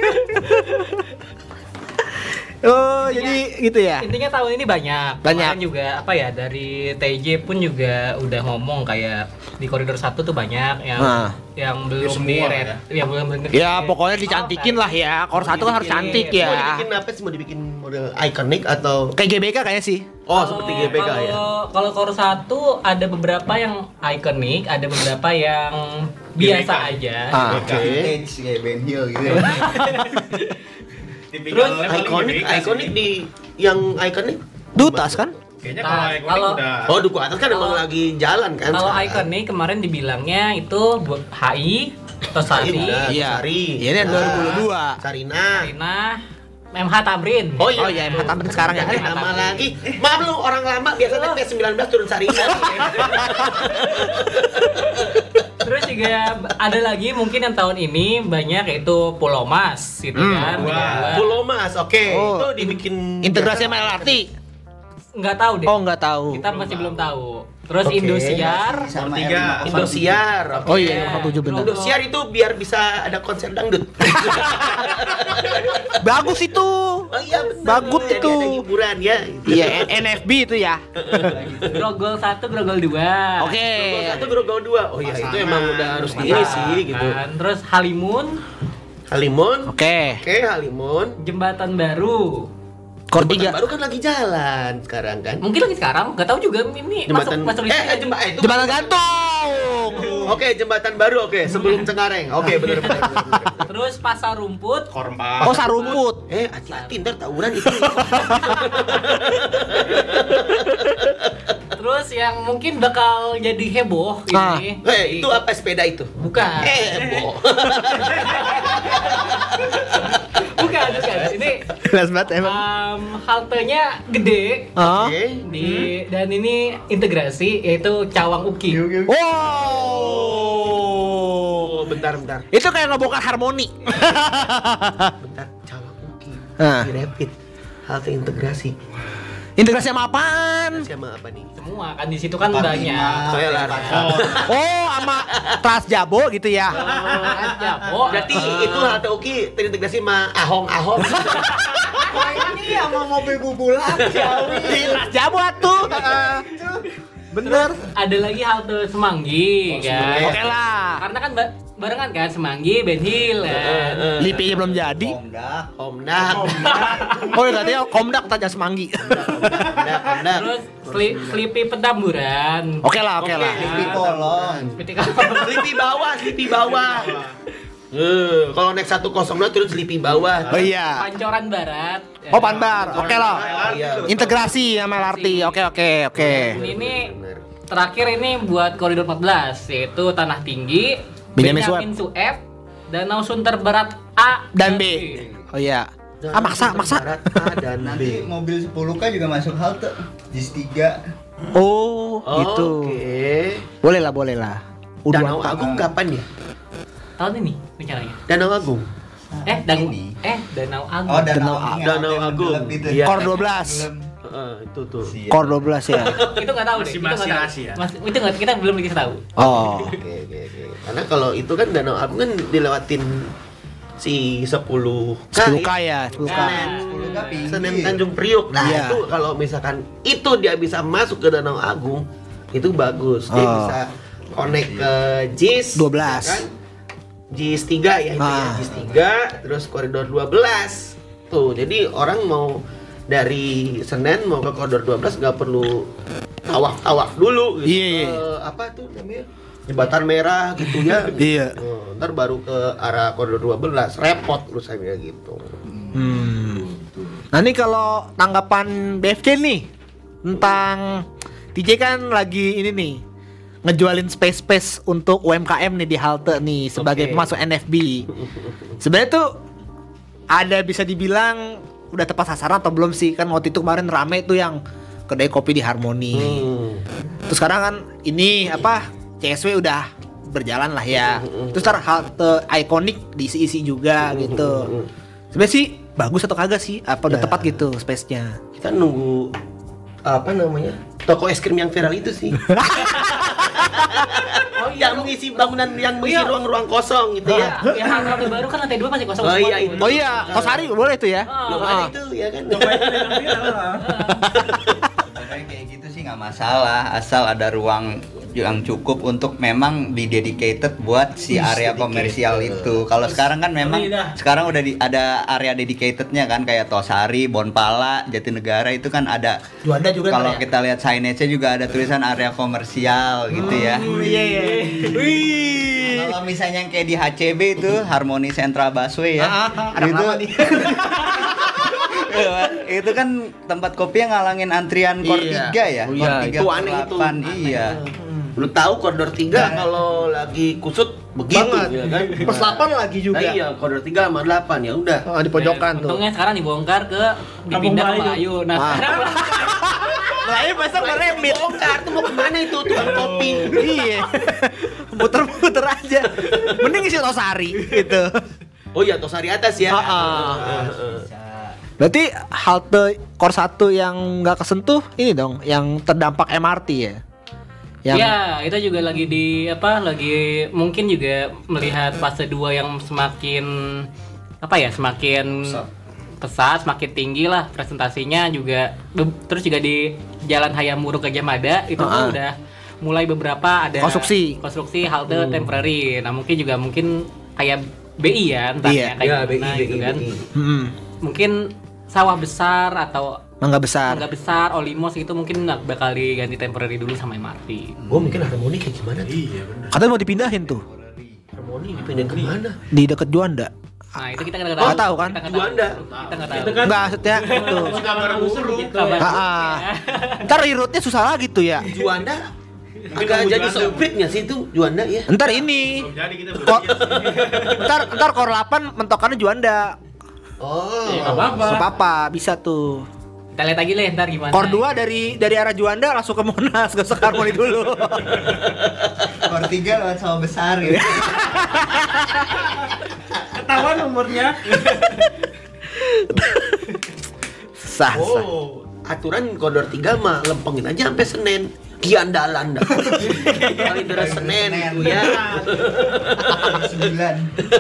Oh, jadi gitu ya. Intinya tahun ini banyak. Banyak. Kemarin juga apa ya, dari T J pun juga udah ngomong kayak di koridor satu tuh banyak yang Nah. yang belum semua di ya. yang belum belum Ya pokoknya dicantikin lah ya. Kor satu kan harus cantik Mau ya. dibikin apa sih? Mau dibikin model ikonik atau Kayak G B K kayaknya sih. oh seperti G B K ya? Kalau kalau Kor satu ada beberapa yang ikonik, ada beberapa yang biasa G B K. aja. Ah. Vintage kayak Ben Hill gitu ya. Tipikal Terus, level Ikonik, G B K sih. ikonik di yang ikonik. Dutas kan? Kayaknya Nah, kalau ikonik kalau- udah. Oh, Duku Atas kan emang Kalau- lagi jalan kan. Kalau sekarang. ikonik kemarin dibilangnya itu buat H I, Tosari, udah. Iya. Sari. Iya, ini yang dua ribu dua puluh dua. Sarina. Karina, M H Tamrin. Oh iya, Oh iya, M H Tamrin sekarang ya. Ganti nama lagi. Maaf lu orang lama biasanya P sembilan belas turun Sarina. Terus juga ada lagi mungkin yang tahun ini banyak yaitu Pulau Mas gitu Hmm, kan. wah. Kedua. Pulau Mas, oke. Oh, Itu dibikin Integrasi sama L R T. Nggak tahu deh. Oh, nggak tahu. Kita masih belum tahu. Terus Oke. Indosiar. Sama Tiga. R lima puluh. Indosiar. oke. Oh iya, nol tujuh benar. Indosiar itu biar bisa ada konser dangdut. Bagus itu. Oh iya benar. Bagus Jadi itu. ada hiburan ya. Iya, N F B itu ya. Grogol satu, Grogol dua. Oke. Grogol satu, Grogol dua. Oh iya itu emang udah harus di ini sih gitu. Kan. Terus Halimun, Halimun. Oke. Oke, Halimun. Jembatan Baru. Kor Jembatan tiga. baru kan lagi jalan sekarang kan. Mungkin lagi sekarang, nggak tahu juga ini Jembatan masuk masuk eh, listnya. eh jembatan itu Jembatan gantung. Oke, jembatan baru oke, sebelum Cengkareng. Oke, benar benar. benar, benar. Terus Pasar Rumput. Korempat. Oh, sarumput. Eh, hati-hati ntar tawuran itu. Terus yang mungkin bakal jadi heboh Ah. ini. Eh, itu apa sepeda itu? Bukan. Eh, boh. Bukan, bukan. Ini Jelas banget emang. um, haltenya gede Oh. Oke. di dan ini integrasi yaitu Cawang Uki. Wow. Oh, bentar bentar. Itu kayak ngebongkar harmoni. Bentar, Cawang Uki. Ah. Di Rapid. Halte integrasi. Integrasi sama apaan? Sama apa nih? Semua kan di situ kan banyak. Saya lah. Oh, sama Trans Jabo gitu ya. Aja, oh. Berarti itu halte Uki terintegrasi sama Ahong-Ahong. Ini sama mobil bubulan. Trans Jabo tuh. Bener. Ada lagi halte Semanggi, kan. Semanggi. Oke lah. Karena kan ba- barengan kan Semanggi, Ben Hill, kan. Lipinya belum jadi. Komdak. Komnak. Oh, ya katanya Komdak tanya Semanggi. Komnak, Komnak. Terus Sli- Slipi Petamburan. Oke lah, oke lah. Di kolong. Seperti Slipi bawah, slipi bawah. Eh, kalau naik seratus dua turun slipi bawah. Oh iya. Pancoran Barat. Oh, Panbar. Oke lah. Iya. Integrasi sama L R T. Oke, oke, oke. Ini terakhir ini buat koridor empat belas yaitu Tanah Tinggi, Benyamin Sueb, Danau Sunter Barat A Dan B. Oh iya. Ah, maksa, maksa. Barat A dan Nanti B. mobil sepuluh K juga masuk halte. Jis tiga. Oh, gitu. Oke. Boleh lah, boleh lah. Udah Danau Agung kapan ya? Tahun ini rencananya. Danau Agung. Eh, Danau Ini. eh Danau Agung. Oh, Danau Danau Agung. Danau yang Agung. gelap itu. Iya. Kor dua belas. Heeh, itu tuh. Siap. Kor dua belas ya. Itu nggak tahu deh. Masih- itu nggak masih tahu. rahasia. Mas- itu nggak kita belum dikasih tahu. Oh. Oke, oke, oke. Karena kalau itu kan Danau Agung kan dilewatin si sepuluh K. sepuluh K ya, sepuluh K. Senen, sepuluh K pinggir. Senen Tanjung Priok. Nah, Iya. itu kalau misalkan itu dia bisa masuk ke Danau Agung, itu bagus. Dia Oh. bisa connect ke Jis dua belas. ya kan? Jis tiga ya itu ya, Ah. Jis tiga, terus koridor dua belas. Tuh, jadi orang mau dari Senen mau ke koridor dua belas nggak perlu tawaf-tawaf dulu gitu. Iya, iya. Ke apa tuh namanya? Jembatan Merah gitu ya. Iya. Oh, ntar baru ke arah koridor dua belas, repot urusannya gitu. Hmm. Nah, ini kalau tanggapan B F C nih tentang T J kan lagi ini nih ngejualin space-space untuk U M K M nih di halte nih sebagai Oke. pemasok N F B. Sebenarnya tuh ada bisa dibilang udah tepat sasaran atau belum sih? Kan waktu itu kemarin rame tuh yang kedai kopi di Harmoni. Hmm. Terus sekarang kan ini apa C S W udah berjalan lah ya. Terus ntar halte ikonik diisi-isi juga gitu. Sebenarnya sih bagus atau kagak sih? Apa udah Ya. tepat gitu space-nya? Kita nunggu apa namanya? Toko es krim yang viral itu sih. Oh yang mengisi bangunan yang mengisi Iya. ruang-ruang kosong gitu ya. Yang halte baru kan lantai dua masih kosong. Oh semua iya, tuh. itu. Oh iya, Tosari boleh tuh ya. Belum Ah. ada itu ya kan. Sebenarnya kayak gitu sih nggak masalah, asal ada ruang yang cukup untuk memang di dedicated buat si Yes, area dedicated. komersial itu. Kalau sekarang kan memang Ini dah. sekarang udah di, ada area dedicatednya kan kayak Tosari, Bonpala, Jatinegara itu kan ada. Juanda juga Kalau ntar ya? kita lihat signage-nya juga ada tulisan area komersial gitu ya. Iya iya. Wih. Kalau misalnya yang kayak di H C B itu Harmoni Central Busway ya. Ah, ah, anak itu lama nih. itu kan tempat kopi yang ngalangin antrian Kor Iya. tiga ya. Oh Kor iya, tiga, itu Kor aneh itu. delapan, iya. Lu tahu koridor tiga kalau lagi kusut begitu Banget. ya kan. Plus delapan lagi juga. Nah, iya, koridor tiga sama delapan ya udah. Oh, di pojokan Dan tuh. Untungnya sekarang dibongkar ke dipindah ke Melayu. Melayu. Nah, Ah. sekarang Melayu pasang ngerembit. Bongkar tuh mau kemana itu tukang kopi? Iya. Muter-muter aja. Mending isi Tosari gitu. Oh iya, Tosari atas ya. Ah, ah. Berarti halte Kor satu yang nggak kesentuh ini dong, yang terdampak M R T ya. Yang Ya, kita juga lagi di apa? Lagi mungkin juga melihat fase dua yang semakin apa ya? Semakin pesat, semakin tinggi lah presentasinya juga. Be- Terus juga di Jalan Hayamuruk Gajah Mada itu Ah. kan udah mulai beberapa ada Konstruksi. konstruksi halte temporary. Nah, mungkin juga mungkin kayak B I ya, entah Iya. ya kayak Ya, B I, gimana B I, gitu kan. B I. hmm, Mungkin sawah besar atau mangga besar. Mangga besar, Olimos itu mungkin nggak bakal diganti temporary dulu sama M R T. Oh mungkin harmoni kayak gimana tuh? Iya benar. Katanya mau dipindahin tuh Harmoni dipindahin kemana? di deket Juanda. Nah itu kita nggak Oh, tahu. tahu kan? Kita nggak Juanda. tahu. Kita nggak tahu. Itu kan Enggak, maksudnya itu. Kabar burung. Kabar Ah, ah. Ntar reroute-nya susah lagi tuh ya. Juanda agak jadi sempit nggak sih itu Juanda ya? Ntar ini Belum jadi kita belum Kok jadi. ntar ntar Kor delapan mentokannya Juanda. Oh. ya, nggak apa-apa. Nggak apa-apa, bisa tuh. Kita lihat lagi lah ntar gimana. Kor dua dari dari arah Juanda langsung ke Monas, gak usah ke Harmoni dulu. Kor tiga lewat sawah besar gitu. Ketahuan umurnya. Sah, sah. Oh, aturan koridor tiga mah lempengin aja sampai Senen. Giandalan dah. Koridor Senen itu ya. Sembilan.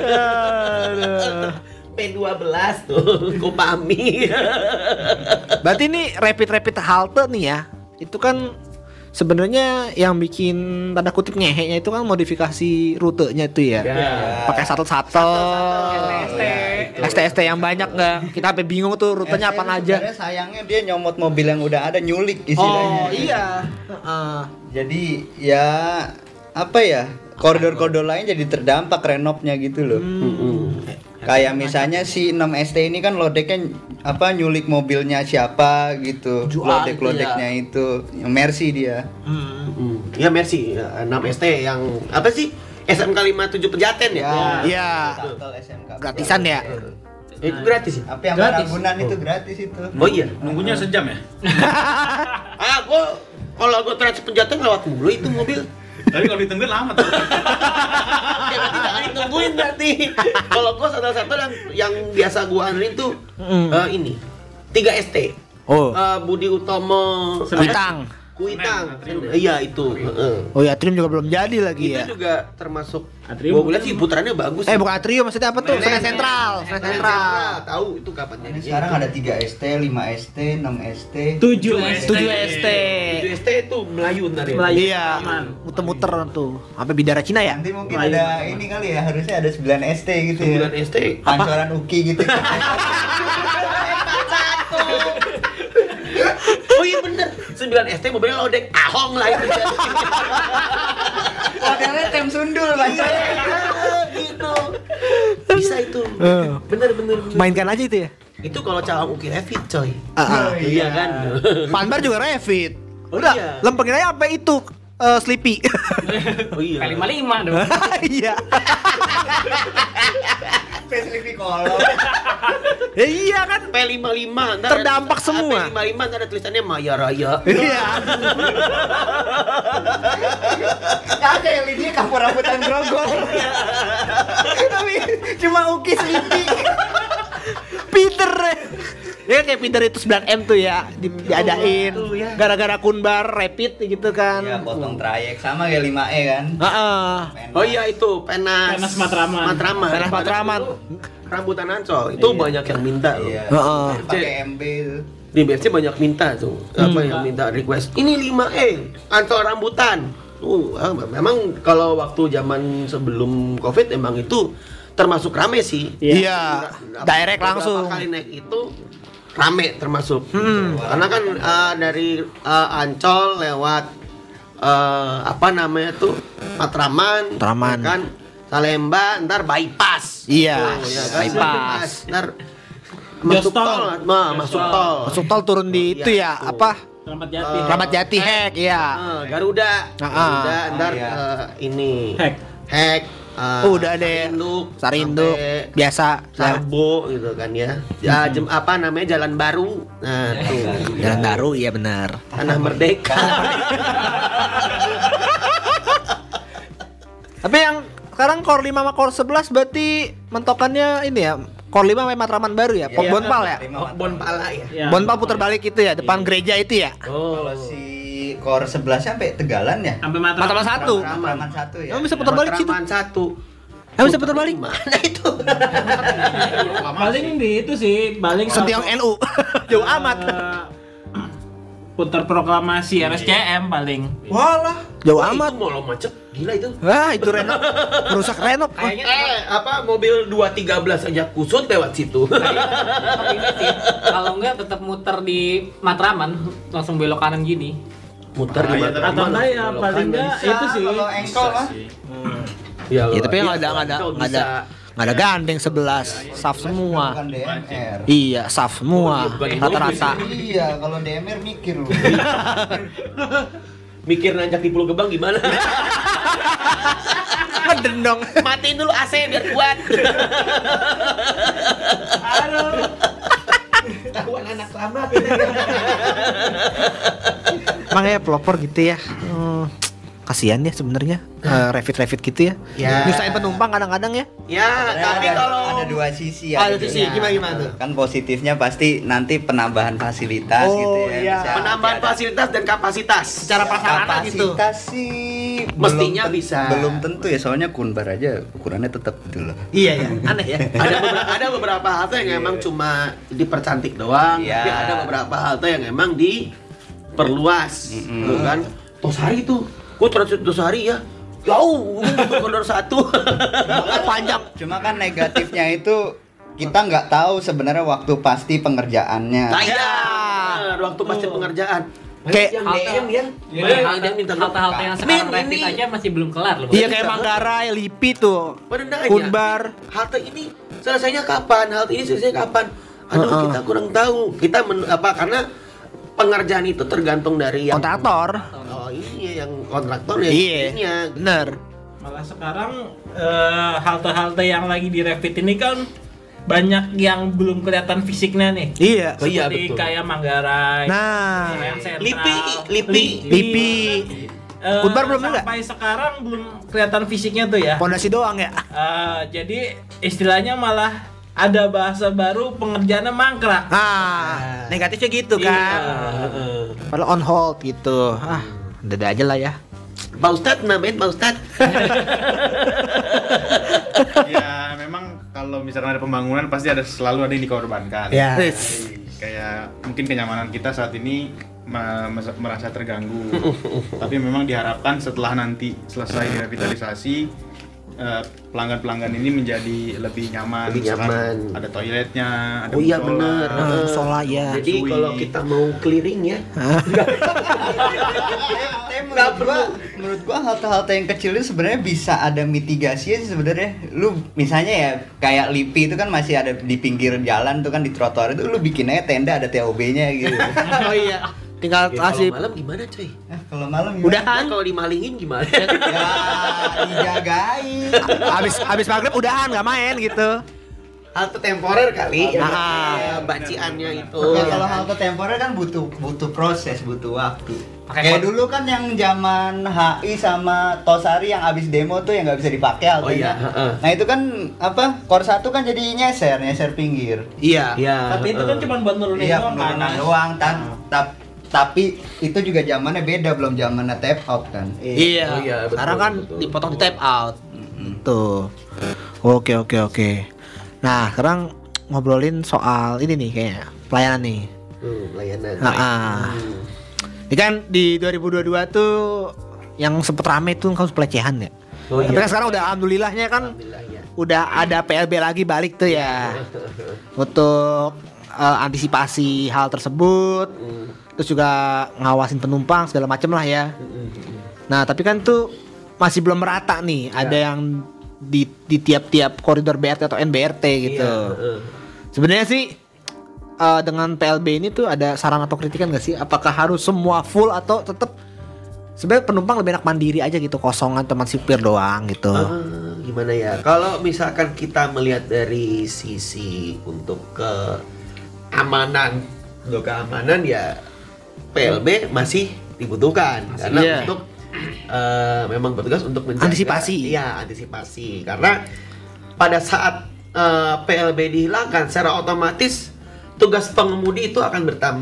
P dua belas tuh, Kopami. Berarti ini rapid-rapid halte nih ya. Itu kan sebenarnya yang bikin tanda kutip ngeheknya itu kan modifikasi rutenya itu ya. Pakai shuttle-shuttle. S T S T yang banyak nggak? Kita sampai bingung tuh rutenya apa aja. Sebenarnya sayangnya dia nyomot mobil yang udah ada, nyulik istilahnya. Oh iya. Heeh. Jadi ya apa ya? Koridor-koridor lain jadi terdampak renopnya gitu loh. Kayak misalnya si enam S T ini kan lodeknya apa nyulik mobilnya siapa gitu. Jual Lodek-lodeknya itu yang Mercy dia. Hmm. Ya Mercy, ya, enam S T yang apa sih? S M K lima puluh tujuh Pejaten ya? Iya. Shuttle S M K. Gratisan ya. Eh, Itu gratis ya? Apa yang Gratis. Ragunan itu gratis itu. Oh iya. Nunggunya sejam ya? Ah, gua kalau gua trans Pejaten lewat mulu itu mobil. Tapi kalau ditungguin lama tuh. Ya berarti jangan ditungguin berarti. Kalau gua satu-satu yang yang biasa gua anterin tuh Mm. eh, ini tiga S T. Oh. Eh, Budi Utomo Kuitang. Kuitang. Iya itu. heeh. Oh ya, Atrium juga belum jadi lagi Itu ya. juga termasuk Atrium gua lihat sih putarannya bagus. Eh bukan Atrium, maksudnya apa tuh? Senen Senen Sentral, Senen Sentral. Tahu itu kapan Ini sekarang ada tiga S T, lima S T, enam S T. tujuh S T. tujuh S T. Itu S T itu Melayu ntar ya. Melayu. Iya, muter-muter tuh. Sampai Bidara Cina ya? Nanti mungkin Melayu. ada ini kali ya, harusnya ada sembilan S T gitu ya. sembilan S T. Pancoran Uki gitu. Oh iya bener. sembilan S T mobilnya lodek ahong lah itu. Modelnya tem sundul Iya, gitu. Bisa itu. Eh. Bener bener. bener. Mainkan aja itu ya. Itu kalau cawang Uki Revit coy. Ah, ah. Iya kan. Panbar juga Revit. Oh, Udah, iya. lempengin aja sampai itu eh, Sleepy. Oh iya. Kali lima lima dong. Iya. Facelift kolom. Ya iya kan. P lima puluh lima ntar Terdampak ada, semua. P lima puluh lima ntar ada tulisannya Maya Raya. Iya. Ada L E D kampur rambutan grogol. Tapi cuma Uki Sleepy. Peter. Ya kayak Peter itu sembilan M tuh ya di, diadain Tuh, ya. gara-gara Kunbar Rapid gitu kan. Ya potong trayek sama kayak lima E kan. Heeh. Oh iya itu Penas. Penas Matraman. Matraman. Penas Matraman. itu Rambutan Ancol itu banyak yang minta loh. Iya. Heeh. Pakai M B itu. Di B F C banyak minta tuh. Apa yang minta request? Ini lima E Ancol rambutan. Uh, ah, memang kalau waktu zaman sebelum Covid emang itu termasuk rame sih. Iya. Beberapa- Direct beberapa langsung. kali naik itu rame termasuk. Karena kan eh, dari eh, Ancol lewat eh, apa namanya tuh Matraman, Matraman. ya kan Salemba, ntar bypass. Iya, Tuh, ya kan? bypass. Ntar masuk Jos tol. tol, nah, masuk tol. Masuk tol turun di itu ya, Iya, apa? Ramat Jati. Eh, Ramat Jati hack, iya. Eh, Garuda, Ah, Garuda, ah. ntar Ah, iya. eh, ini Hack. hack. eh, Oh, udah deh. Sarinduk, Sarinduk sampai biasa. Sarbo gitu kan ya. Ya jem, apa namanya Jalan Baru. Nah, tuh. Jalan baru, iya benar. Tanah Merdeka. Tapi yang sekarang Core lima sama Core sebelas berarti mentokannya ini ya. Core lima sama Matraman baru ya. Iya. Bonpal ya. Lima Oh, mata. Bonpala ya. Ya. Bonpal putar balik itu ya, depan gereja itu ya. Oh. Kalau si Core sebelas sampai Tegalan ya? Sampai mata Matraman satu. Matraman satu ya. Emang bisa putar balik situ? Matraman satu. Emang bisa putar balik? Mana itu? paling di itu sih, paling Setiong N U. Jauh amat. Eh, putar proklamasi R S C M paling. Walah. Jauh Wah, amat. Itu mau macet. Gila itu. Wah, itu renov. Merusak renov. Kayaknya Eh, apa mobil dua tiga belas aja kusut lewat situ. tetap ini sih. Kalau enggak tetap muter di Matraman, langsung belok kanan gini. Muter di Ah, iya, mana? tapi Atau enggak ya Belok paling kanan. enggak Bisa, itu sih. kalau engkol mah. Ya, Ya tapi iya, nggak ada nggak ada kalau nggak ada bisa. nggak ada gandeng sebelas, saf semua. Bukan D M R. Iya, saf semua. Bukan Rata-rata. Iya, kalau D M R mikir lu. Mikir nanjak di Pulau Gebang gimana? Ngeden dong. Matiin dulu A C biar kuat. Aduh. Tahuan anak lama. Makanya pelopor gitu ya. Hmm, kasihan ya sebenarnya. Eh, Revit-revit gitu ya. Ya. Nyusahin penumpang kadang-kadang ya. Ya, tapi ada, kalau ada dua sisi ada gitu sisi ya. gimana gimana tuh? Kan positifnya pasti nanti penambahan fasilitas Oh, gitu ya. iya. Bisa Penambahan nanti ada- fasilitas dan kapasitas. Secara prasarana gitu. kapasitas sih Mestinya belum ten- bisa. Belum tentu ya, soalnya Kunbar aja ukurannya tetap gitu loh. Iya ya, aneh ya. ada beberapa ada beberapa halte yang emang cuma dipercantik doang, Iya. tapi ada beberapa halte yang emang diperluas, Mm-mm. tuh kan? Tosari tuh, gua transit Tosari ya, jauh, untuk koridor satu. Panjang. Cuma kan negatifnya itu kita nggak tahu sebenarnya waktu pasti pengerjaannya. Nah, iya, bener, waktu pasti pengerjaan. Kayak yang D M ya, Iya, yang D M minta halte-halte yang sekarang Min, Revit ini. aja masih belum kelar loh. Iya kayak Manggarai, Lipi tuh. Bener Kunbar. halte ini selesainya kapan? Halte ini selesainya kapan? Aduh, Heeh. kita kurang tahu. Kita men, apa karena pengerjaan itu tergantung dari yang Kontraktor. Oh iya, yang kontraktor ya. Iya. ininya. Bener. Malah sekarang eh, halte-halte yang lagi di Revit ini kan banyak yang belum kelihatan fisiknya nih. Iya. Oh iya, Seperti betul. kayak Manggarai, Nah, yang sentral, Lipi, Lipi. Lipi. Eh, Kunbar belum ada? sampai sekarang belum kelihatan fisiknya tuh ya. Pondasi doang ya. Eh, jadi istilahnya malah ada bahasa baru pengerjaannya mangkrak. Ah, negatifnya gitu Iya, kan. heeh. Padahal on hold gitu. Ah, udah aja lah ya. Pak Ustadz, nambahin Pak Ustadz. Ya memang kalau misalkan ada pembangunan pasti ada selalu ada yang dikorbankan. Ya. Jadi, kayak mungkin kenyamanan kita saat ini ma- mes- merasa terganggu. Tapi memang diharapkan setelah nanti selesai direvitalisasi, eh, pelanggan-pelanggan ini menjadi lebih nyaman. Lebih Misalkan nyaman. ada toiletnya, ada Oh iya, musola. bener. Ah, Heeh. musola, ya. Jadi Sui. kalau kita mau clearing ya, Tapi menurut gua, menurut gua halte-halte yang kecil itu sebenarnya bisa ada mitigasinya sih sebenarnya. Lu misalnya ya kayak Lipi itu kan masih ada di pinggir jalan tuh kan, di trotoar itu lu bikin aja tenda ada T O B-nya gitu. Oh iya. Tinggal ya, kalau kasih malam gimana coy? Nah, kalau malam gimana? udahan. Nah, kalau dimalingin gimana? Ya, dijagain. Habis habis maghrib udahan nggak main gitu. Halte temporer kali, Ah. ya, baciannya itu. Ya, ya kalau kan? halte temporer kan butuh butuh proses, butuh waktu. Pakai Kayak kon- dulu kan yang zaman H I sama Tosari yang abis demo tuh yang nggak bisa dipakai Oh haltenya. iya, heeh. Nah itu kan apa? Core satu kan jadi nyeser, nyeser pinggir. Iya. Iya. Tapi itu kan cuma buat nurunin Iya, doang kan. penurunan doang. Tan, tap, tapi itu juga zamannya beda, belum zamannya tap out kan. Iya. Oh iya, betul, Sekarang kan betul. dipotong di tap out. Tuh. Oke oke oke. Nah, sekarang ngobrolin soal ini nih kayaknya pelayanan nih. Hmm, layanan. Ah, ah. Hmm. Ini kan di dua ribu dua puluh dua tuh yang sempet rame tuh kasus pelecehan ya. Oh, Tapi iya. kan sekarang udah alhamdulillahnya kan Alhamdulillah ya. udah ada P L B lagi balik tuh ya. Untuk eh, antisipasi hal tersebut. Hmm. Terus juga ngawasin penumpang segala macem lah ya. Hmm, Nah tapi kan tuh masih belum merata nih. Ya. Ada yang di, di tiap-tiap koridor B R T atau N B R T gitu. Iya, heeh. Sebenarnya sih eh, dengan P L B ini tuh ada saran atau kritikan gak sih? Apakah harus semua full atau tetap sebenarnya penumpang lebih enak mandiri aja gitu, kosongan teman sipir doang gitu. Ah, gimana ya? Kalau misalkan kita melihat dari sisi untuk keamanan, untuk keamanan ya P L B masih dibutuhkan karena Iya. untuk eh, memang bertugas untuk menjaga Antisipasi. Iya, antisipasi. Karena pada saat eh, P L B dihilangkan secara otomatis tugas pengemudi itu akan bertambah.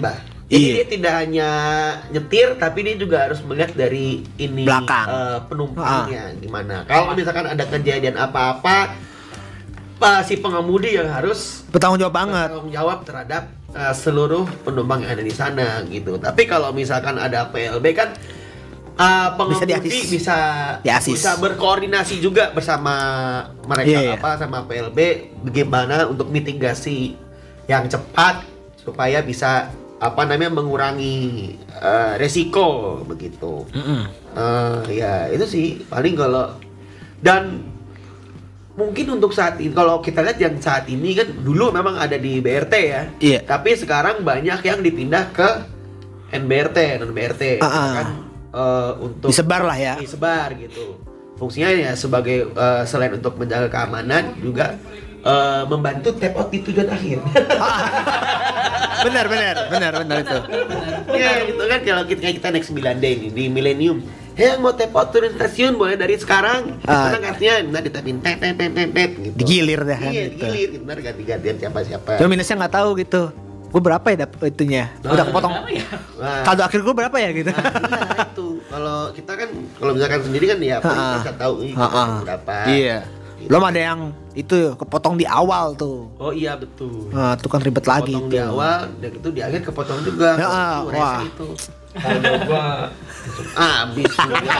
Jadi Iya. dia tidak hanya nyetir, tapi dia juga harus melihat dari ini Belakang. eh, penumpangnya gimana. Kalau misalkan ada kejadian apa-apa, eh, si pengemudi yang harus Bertanggung jawab banget. bertanggung jawab terhadap eh, seluruh penumpang yang ada di sana gitu. Tapi kalau misalkan ada P L B kan eh, pengemudi diasis. bisa Diasis. bisa berkoordinasi juga bersama mereka Iya, iya. apa sama P L B bagaimana untuk mitigasi yang cepat supaya bisa apa namanya mengurangi eh, resiko begitu. Mm-mm. Eh, ya itu sih paling kalau dan mungkin untuk saat ini kalau kita lihat yang saat ini kan dulu memang ada di B R T ya. Iya. Tapi sekarang banyak yang dipindah ke N B R T, non B R T Ah, ah. kan eh, untuk Disebar lah ya. disebar gitu. Fungsinya ya sebagai eh, selain untuk menjaga keamanan juga eh, membantu tap out di tujuan akhir. Benar, benar, benar, benar itu. Ya gitu kan kalau kita kita naik sembilan D ini di Millennium. Hey, yang mau tap out turun stasiun boleh dari sekarang. Ah. Karena artinya ntar ditapin pep pep pep pep pep gitu. Digilir dah kan Iya, gitu. digilir gitu. Ntar ganti-gantian siapa-siapa. Cuma minusnya nggak tahu gitu. Gue berapa ya dap- itunya? Udah kepotong. Apa ya? Nah, Saldo akhir gue berapa ya gitu? nah, iya, itu. Kalau kita kan kalau misalkan sendiri kan ya Ha-ha. paling bisa tahu ini Ha-ha. berapa. Iya. Belum ada yang itu kepotong di awal tuh. Oh iya betul. Nah, itu kan ribet lagi Potong itu. di awal dan itu di akhir kepotong juga. Ya, Itu, rese wah. itu. Kalau gua langsung habis juga.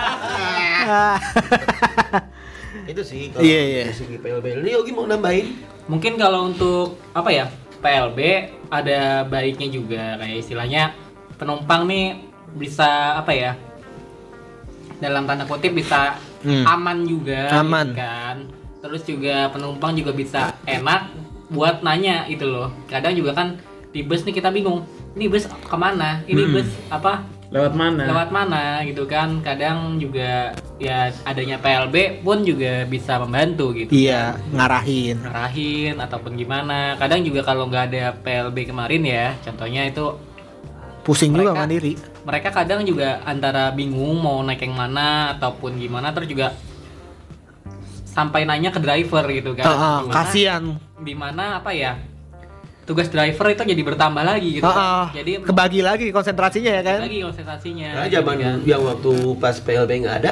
Itu sih kalau Iya, iya. dari segi P L B. Ini Yogi mau nambahin? Mungkin kalau untuk apa ya P L B ada baiknya juga kayak istilahnya penumpang nih bisa apa ya dalam tanda kutip bisa Hmm. aman juga Aman. gitu kan. Terus juga penumpang juga bisa enak buat nanya itu loh. Kadang juga kan di bus nih kita bingung. Ini bus kemana? Ini Hmm. bus apa? Lewat mana? Lewat mana gitu kan. Kadang juga ya adanya P L B pun juga bisa membantu gitu. Iya, ngarahin. Ngarahin ataupun gimana. Kadang juga kalau nggak ada P L B kemarin ya, contohnya itu Pusing juga Mereka- mandiri. mereka kadang juga antara bingung mau naik yang mana ataupun gimana, terus juga sampai nanya ke driver gitu kan. Ah, ah, Dimana- kasihan. Dimana apa ya? Tugas driver itu jadi bertambah lagi gitu Ah, kan. ah. Jadi Kebagi lagi konsentrasinya ya kan? lagi konsentrasinya. Nah, gitu zaman kan. yang waktu pas P L B nggak ada,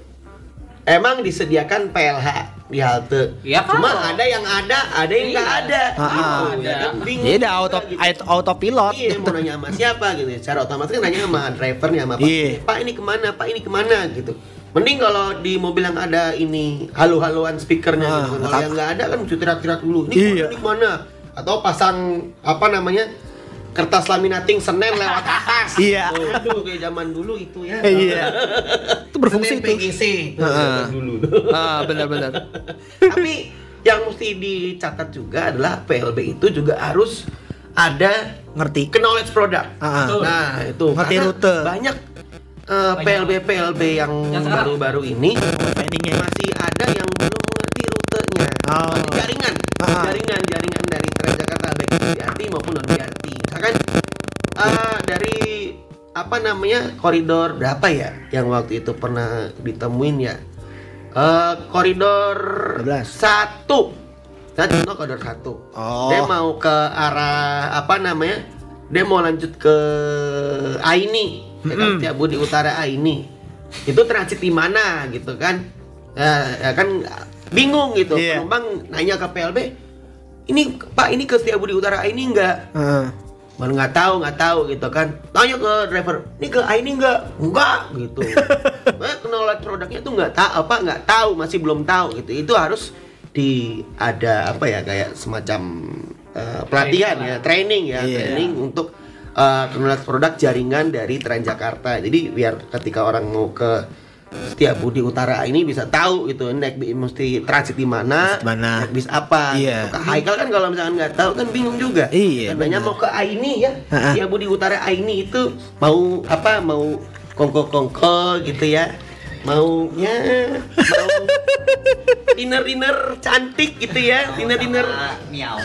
emang disediakan P L H di halte. Ya, Cuma kalau- ada yang ada, ada yang nggak Iya. ada. Ah, Gitu, ah. ya kan? Bingung Iya, udah juga auto gitu. autopilot. Iya, mau nanya sama siapa gitu. Secara otomatis kan nanya sama drivernya sama Pak. Iya. Pak ini kemana? Pak ini kemana gitu. Mending kalau di mobil yang ada ini halo-haloan speakernya Ah, gitu. Kalau tak- yang nggak ada kan mesti teriak-teriak dulu. Ini Iya. kemana? Ini kemana? Atau pasang apa namanya? Kertas laminating Senen lewat atas. Iya. Oh, itu kayak zaman dulu itu ya. Iya. Itu berfungsi Senen itu. P G C. Ah. Zaman dulu. Ah, benar-benar. Tapi yang mesti dicatat juga adalah P L B itu juga harus ada Ngerti. knowledge product. Ah, ah. Nah, itu Ngerti karena rute. banyak eh, P L B P L B yang Yang sekarang. baru-baru ini Planningnya. masih ada yang belum mengerti rutenya. Oh. Jaringan, Ah. jaringan, jaringan dari Transjakarta baik itu B R T maupun non B R T. Misalkan eh, dari apa namanya koridor berapa ya yang waktu itu pernah ditemuin ya? Eh, koridor dua belas. satu. Saya contoh koridor satu. Oh. Dia mau ke arah apa namanya? Dia mau lanjut ke Aini, ya kan, Setiabudi Utara Aini. Itu transit di mana gitu kan? Ya, ya kan bingung gitu. Iya. Penumpang nanya ke P L B, ini Pak ini ke Setiabudi Utara Aini enggak? Ah. Baru nggak tahu nggak tahu gitu kan. Tanya ke driver, ini ke Aini enggak? Enggak gitu. Nah, knowledge produknya tuh nggak tahu apa nggak tahu masih belum tahu gitu. Itu harus di ada apa ya kayak semacam eh, pelatihan ya, training ya, Iya. training untuk eh, knowledge produk jaringan dari Transjakarta. Jadi biar ketika orang mau ke Setiabudi Utara ini bisa tahu gitu naik bi- mesti transit di mana, Transit mana. naik bis apa. Iya. Gitu. Ke Haikal kan kalau misalkan nggak tahu kan bingung juga. Iya, Katanya benar. mau ke Aini ya, Ha-ha. Setiabudi Utara Aini itu mau apa? Mau kongko-kongko gitu ya. Maunya mau dinner-dinner cantik gitu ya, dinner-dinner Miau.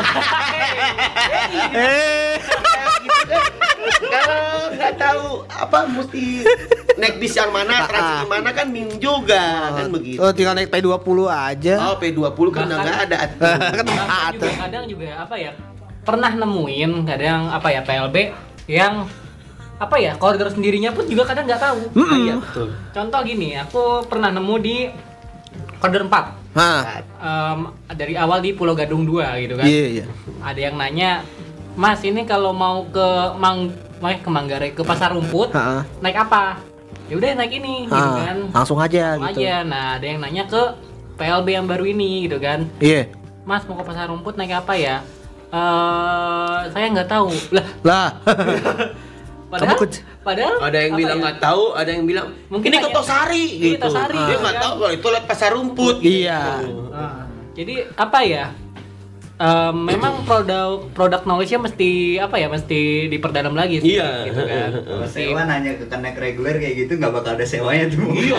Eh. gitu kan. Kalau nggak tahu apa mesti naik bis yang mana, transit di mana kan bingung juga kan begitu. Oh, tinggal naik P dua puluh aja. Oh, P dua puluh kan udah nggak ada. Kan Bahkan ada. juga kadang juga apa ya pernah nemuin kadang apa ya P L B yang apa ya, koridor sendirinya pun juga kadang nggak tahu. Ah, iya betul. Contoh gini, aku pernah nemu di koridor empat. Hah. Em, dari awal di Pulau Gadung dua gitu kan. Iya, iya. Ada yang nanya, "Mas, ini kalau mau ke Mang eh, ke Manggarai, ke Pasar Rumput, Ha-ha. naik apa?" Ya udah naik ini gitu Ah, kan. langsung aja Langsung gitu. aja. Nah, ada yang nanya ke P L B yang baru ini gitu kan. Iya. "Mas, mau ke Pasar Rumput naik apa ya?" Eh, saya nggak tahu. Lah, Lah. padahal Kamu ke- padahal Ada yang apa bilang ya? nggak tahu, ada yang bilang Mungkin ini ke hanya- Tosari Ini gitu. Tosari, Dia ya nggak kan? tahu kalau itu lewat pasar rumput. Iya. Nah, jadi apa ya? Em, memang produk produk knowledge-nya mesti apa ya? Mesti diperdalam lagi sih, Iya. gitu kan. Kalau Mesti- sewa nanya ke connect reguler kayak gitu nggak bakal ada sewanya tuh. Iya.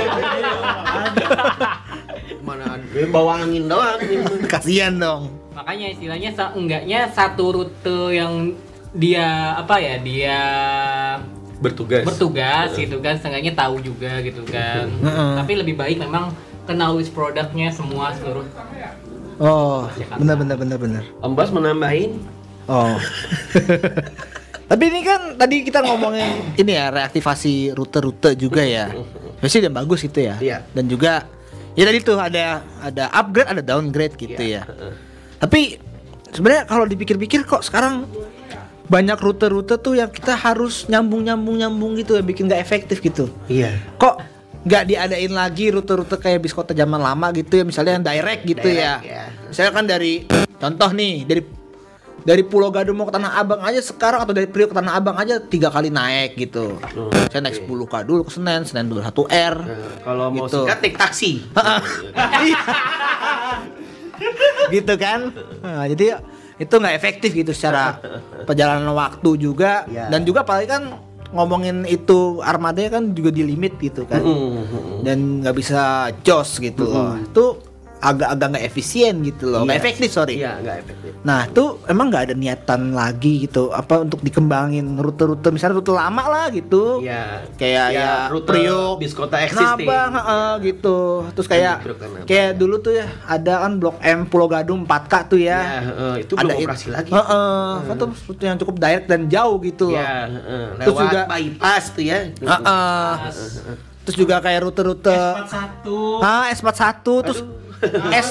Mana ada bawa angin doang. Kasihan dong. makanya istilahnya seenggaknya satu rute yang dia apa ya? Dia Bertugas. bertugas gitu kan, seenggaknya tahu juga gitu kan. Heeh. Tapi lebih baik memang kenal with produknya semua seluruh. Oh, benar benar benar benar. Om Bas menambahin. Oh. Tapi ini kan tadi kita ngomongin ini ya, reaktivasi rute-rute juga ya. Biasanya dan bagus itu ya. Iya. Dan juga ya tadi tuh ada ada upgrade, ada downgrade gitu Iya. ya. Tapi sebenarnya kalau dipikir-pikir kok sekarang banyak rute-rute tuh yang kita harus nyambung-nyambung-nyambung gitu ya, bikin nggak efektif gitu. Iya. Kok nggak diadain lagi rute-rute kayak bis kota zaman lama gitu ya, misalnya yang direct gitu ya. Direct, ya. Misalnya kan dari contoh nih dari dari Pulau Gadung mau ke Tanah Abang aja sekarang, atau dari Priok ke Tanah Abang aja tiga kali naik gitu. Oh, Saya naik sepuluh K dulu ke Senen, Senen dua puluh satu R. Nah, kalau mau Gitu. singkat naik taksi. Gitu kan. Nah, jadi itu nggak efektif gitu secara perjalanan waktu juga. Ya. Dan juga apalagi kan ngomongin itu armadanya kan juga di limit gitu kan. Dan nggak bisa jos gitu loh. Itu agak-agak nggak efisien gitu loh, nggak Iya. efektif sorry. Iya, nggak efektif. Nah tuh emang nggak ada niatan lagi gitu apa untuk dikembangin rute-rute, misalnya rute lama lah gitu. Iya. Kayak ya, rute Priok, bis kota existing. Nabang, heeh, gitu. Terus kayak Priok dan Nabang. kayak dulu tuh ya ada kan Blok M Pulau Gadung empat K tuh Ya, ya. heeh, itu Ada belum it- operasi lagi. Heeh, kan tuh rute yang cukup direct dan jauh gitu loh. Ya, heeh, Terus lewat juga- bypass tuh ya. Heeh. Terus juga kayak rute-rute empat satu. Ah, S empat puluh satu terus S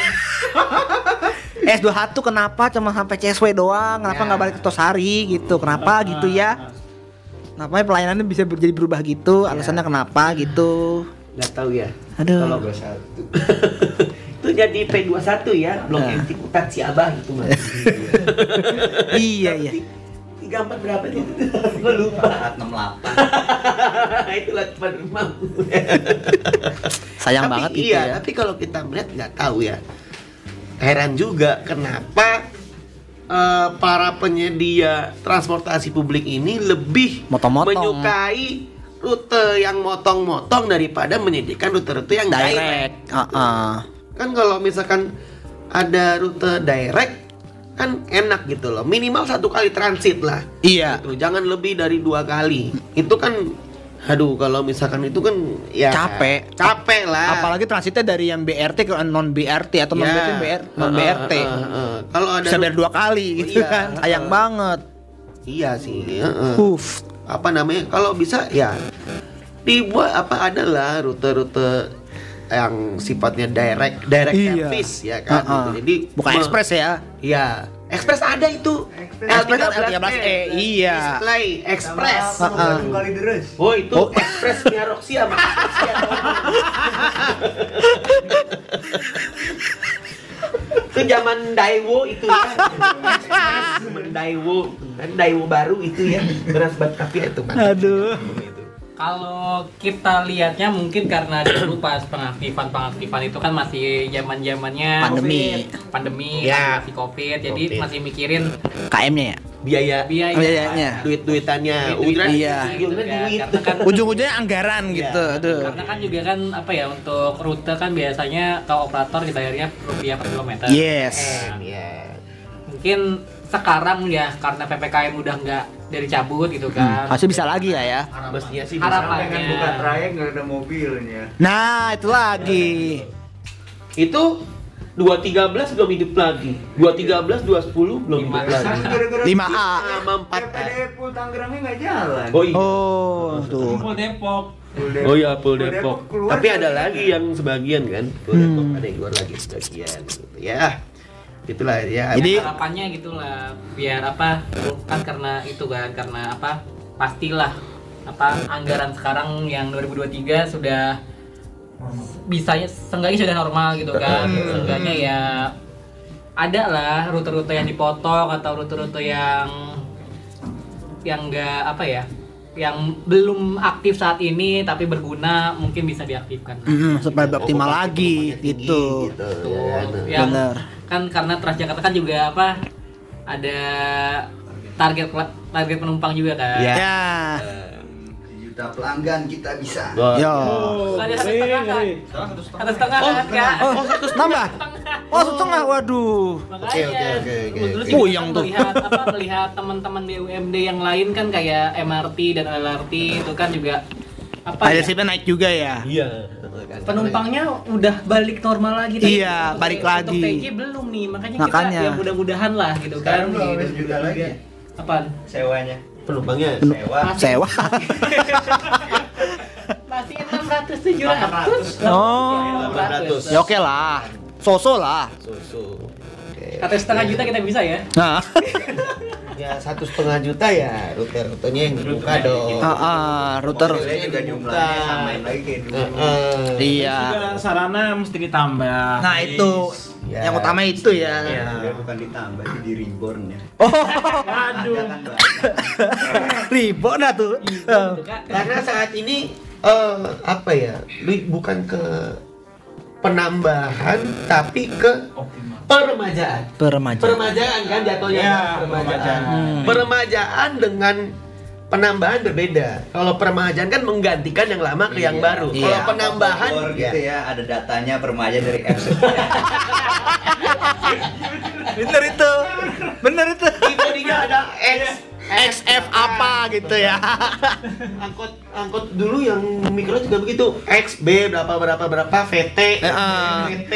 S dua puluh satu kenapa cuma sampai C S W doang? Kenapa Ya. nggak balik ke Tosari gitu? Kenapa gitu ya? Kenapa pelayanannya bisa ber- jadi berubah gitu? Alasannya kenapa gitu? Nggak tahu ya. Aduh. Kalau itu jadi P dua puluh satu ya, Blok Nah. M Ciputat Ciabah itu Mas. Iya iya. tiga empat berapa itu? Gue lupa. empat enam delapan. Itulah depan rumah. Sayang Tapi banget iya, gitu ya. tapi kalau kita melihat nggak tahu ya. Heran juga kenapa eh, para penyedia transportasi publik ini lebih Motong-motong. menyukai rute yang motong-motong daripada menyediakan rute-rute yang direct. Direct. Heeh. Kan kalau misalkan ada rute direct kan enak gitu loh, minimal satu kali transit lah. Iya. Gitu. Jangan lebih dari dua kali. Itu kan, aduh kalau misalkan itu kan ya Capek. capek lah. Apalagi transitnya dari yang B R T ke non B R T atau non B R T Ya. B R non B R T. Uh, uh, uh, uh. Kalau ada Bisa bayar dua kali gitu Iya. kan. Sayang banget. Iya sih. uh, uh. Uff. Apa namanya? Kalau bisa ya dibuat apa adalah rute-rute yang sifatnya direct direct Iya. service ya kan. Uh-uh. Gitu. Jadi Bukan me- ekspres ya. Iya, Express ada itu. Express kan L tiga belas E, iya. Display Express. Heeh. Kali terus. Oh itu Oh. Expressnya Roxia Mas. Roxia. Itu zaman Daiwo itu ya. Express zaman Daiwo. Kan Daiwo baru itu ya. Beras bat kafe itu Mas. Aduh. Kalau kita lihatnya mungkin karena dulu pas pengaktifan pengaktifan itu kan masih zaman zamannya Pandemi. pandemi, Ya. masih covid, jadi Covid. masih mikirin K M-nya ya. Biaya biaya, Biayanya. duit-duitannya. Duit-duitan Iya. gitu kan. duit. Karena kan Ujung-ujungnya anggaran Iya. gitu. Aduh. karena kan juga kan apa ya, untuk rute kan biasanya kalau operator dibayarnya rupiah per kilometer. Yes. Nah, Iya. mungkin sekarang ya karena P P K M udah nggak dari cabut gitu kan. Harusnya bisa lagi lah ya. Mestinya sih bisa. Harapannya. Dengan buka trayek nggak ada mobilnya. Nah, itu lagi. Itu dua tiga belas belum hidup lagi. dua tiga belas, dua sepuluh belum hidup lagi. lima A. Sama empat A. Full Tangerangnya nggak jalan. Oh iya. Oh, tuh. Kumpul Depok. Oh iya, Full Full Depok. keluar Tapi ada dari- lagi yang sebagian kan. Full Depok ada yang keluar lagi sebagian gitu. Ya. Itulah ya. Jadi- harapannya gitulah biar apa kan karena itu kan karena apa pastilah apa anggaran sekarang yang dua ribu dua puluh tiga sudah bisa seenggaknya sudah normal gitu kan. Seenggaknya ya ada lah rute-rute yang dipotong atau rute-rute yang yang enggak apa ya yang belum aktif saat ini tapi berguna mungkin bisa diaktifkan. Mm, supaya optimal Oh, lagi tinggi, gitu. gitu. Tuh, Ya, yang Bener. kan karena Transjakarta kan juga apa ada target target penumpang juga kan. Ya. Ya. Juta pelanggan kita bisa. Wah. Yo. Bukan ada satu setengah kan? Satu setengah kan? Kak? Oh, nambah. Oh, satu setengah. Waduh. Makanya Oke, oke, oke, oke. dulu sih Puyeng kita tuh. melihat apa melihat teman-teman B U M D yang lain kan kayak M R T dan L R T itu kan juga apa Ada ya, sipnya naik juga ya. Iya. penumpangnya udah balik normal lagi. Tapi Iya, untuk- balik untuk lagi. T G belum nih, makanya, Makanya. kita ya mudah-mudahan lah gitu Sekarang kan. belum Gitu. sejuta lagi. Apaan? Sewanya. Penumpangnya. Sewa. Sewa. Masih enam ratus tujuh ratus. Oh. delapan ratus. Ya oke lah. Soso lah. Susu. Oke. Satu setengah juta kita bisa ya. Nah. Ya satu setengah juta ya rute-rutenya yang dibuka dong. Ah, ah, router. Mobilnya juga jumlahnya samain lagi kayak dulu. Heeh. Iya. Juga sarana mesti ditambah. Nah, itu Ya. yang utama itu ya. Udah bukan ditambah sih di reborn ya. Aduh. Ada kan Mbak? Ribon dah tuh. Gitu, Kak. Karena saat ini eh apa ya? Lu bukan ke penambahan tapi ke peremajaan. Peremajaan. Peremajaan kan jatuhnya Ya, kan? peremajaan. Hmm. Peremajaan dengan penambahan berbeda. Kalau peremajaan kan menggantikan yang lama ke yang Iya. baru. Kalau Iya. penambahan Keluar gitu ya, ada datanya permaja dari apps. Bener itu. Bener itu. di bodinya ada X X F apa gitu ya. angkot angkot dulu yang mikro juga begitu X B berapa berapa berapa V T Heeh. V T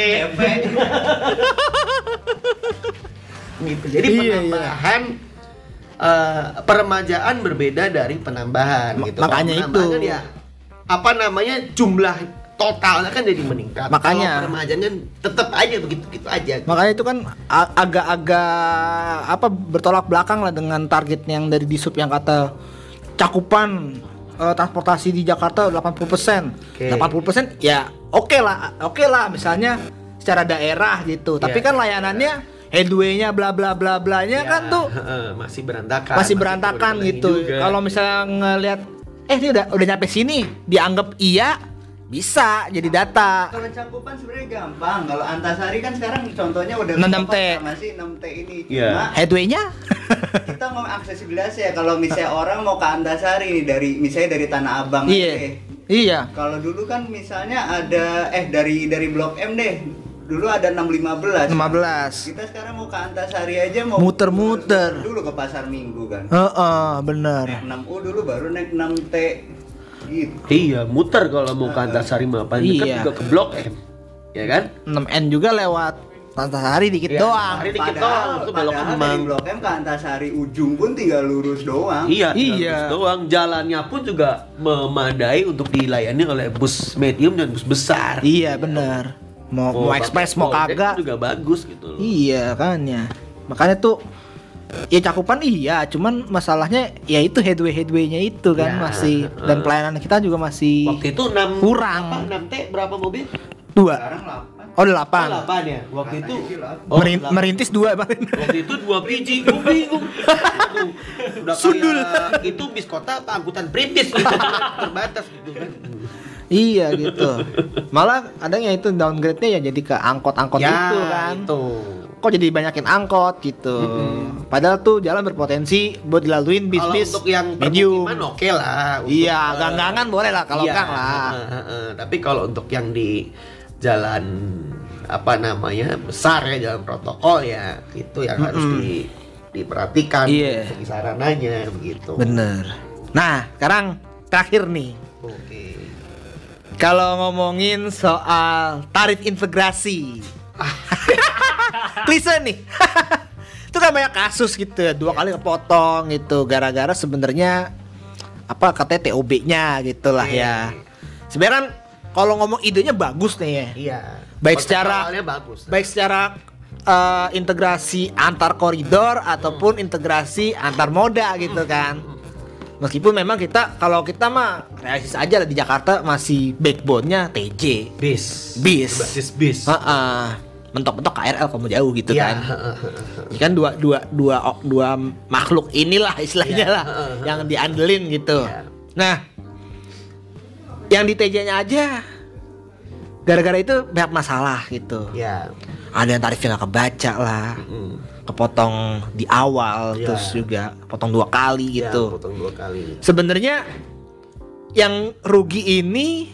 gitu. Jadi Iya, penambahan eh, peremajaan berbeda dari penambahan gitu. Makanya Kalau penambahan itu. kan ya apa namanya jumlah totalnya kan jadi meningkat. Makanya. Kalau peremajaan kan tetap aja begitu gitu aja. Makanya itu kan a- agak-agak apa bertolak belakang lah dengan target yang dari Disub yang kata cakupan eh, transportasi di Jakarta delapan puluh persen. Oke. delapan puluh persen ya oke lah, oke lah misalnya secara daerah gitu. Tapi Ya. kan layanannya headway-nya bla bla bla blanya Ya, kan tuh heeh, masih berantakan. masih berantakan perlu dibenahi gitu. juga. Kalau misalnya ngelihat eh ini udah udah nyampe sini, dianggap iya, bisa jadi data. Kalau cakupan sebenarnya gampang. Kalau Antasari kan sekarang contohnya udah enam T. masih enam T ini. Iya. Cuma Headway-nya kita ngomong aksesibilitas ya. Kalau misalnya orang mau ke Antasari nih dari misalnya dari Tanah Abang iya. aja. Iya. Kalau dulu kan misalnya ada eh dari dari Blok M deh. Dulu ada enam lima belas. lima belas. Kita sekarang mau ke Antasari aja mau Muter-muter. dulu ke Pasar Minggu kan. Heeh, bener. Naik enam U dulu baru naik enam T gitu. Iya, muter kalau mau ke Antasari mah paling dekat Iya. juga ke Blok M. Ya kan? enam N juga lewat Antasari dikit Iya, doang. Antasari dikit doang, itu belok padahal Kemang. dari Blok M ke Antasari ujung pun tinggal lurus doang. Iya, tinggal Iya. bus doang. Jalannya pun juga memadai untuk dilayani oleh bus medium dan bus besar. Iya, bener. Mau mau pakai ekspres mau Poldex kagak. juga bagus gitu loh. Iya kan ya. Makanya tuh ya cakupan iya, cuman masalahnya ya itu headway headwaynya itu kan Ya, masih dan uh. pelayanan kita juga masih Waktu itu enam Kurang. apa, enam T berapa mobil? dua. Sekarang delapan. Oh Oh, delapan. delapan ya. Waktu itu Oh, Merin- delapan. merintis dua kemarin. Waktu itu dua biji, gue bingung. Aduh, udah Sundul. kayak itu bis kota apa angkutan perintis gitu, terbatas gitu kan. Iya gitu. Malah kadang ya itu downgrade-nya ya jadi ke angkot-angkot Ya, gitu kan. itu. Kok jadi banyakin angkot gitu. Padahal tuh jalan berpotensi buat dilaluin Kalau bis-bis untuk yang medium. permukiman oke lah. Untuk, Iya, eh, gang-gangan boleh lah kalau iya, gang lah. eh, eh, eh. Tapi kalau untuk yang di jalan apa namanya besar ya, jalan protokol ya, itu yang harus Mm-mm. di diperhatikan Iya. dari segi sarananya begitu. Bener. Nah, sekarang terakhir nih. Oke. Kalau ngomongin soal tarif integrasi. Klise nih. Itu kan banyak kasus gitu ya, dua kali kepotong gitu gara-gara sebenarnya apa katanya T O B-nya gitulah ya. Sebenarnya kan kalau ngomong idenya bagus nih ya. Iya. Baik Konsep secara awalnya bagus. baik secara uh, integrasi antar koridor ataupun integrasi antar moda gitu kan. Meskipun memang kita kalau kita mah realistis aja lah di Jakarta masih backbone-nya T J. Bis. Bis. Basis bis. Heeh. Mentok-mentok K R L kamu jauh gitu Iya. kan. Ini kan dua dua dua dua makhluk inilah istilahnya Iya. lah yang diandelin gitu. Iya. Nah, yang di T J-nya aja gara-gara itu banyak masalah gitu. Ya. Ada yang tarifnya nggak kebaca lah, Mm. kepotong di awal, Iya. terus juga potong dua kali Ya, gitu. potong dua kali. Sebenarnya yang rugi ini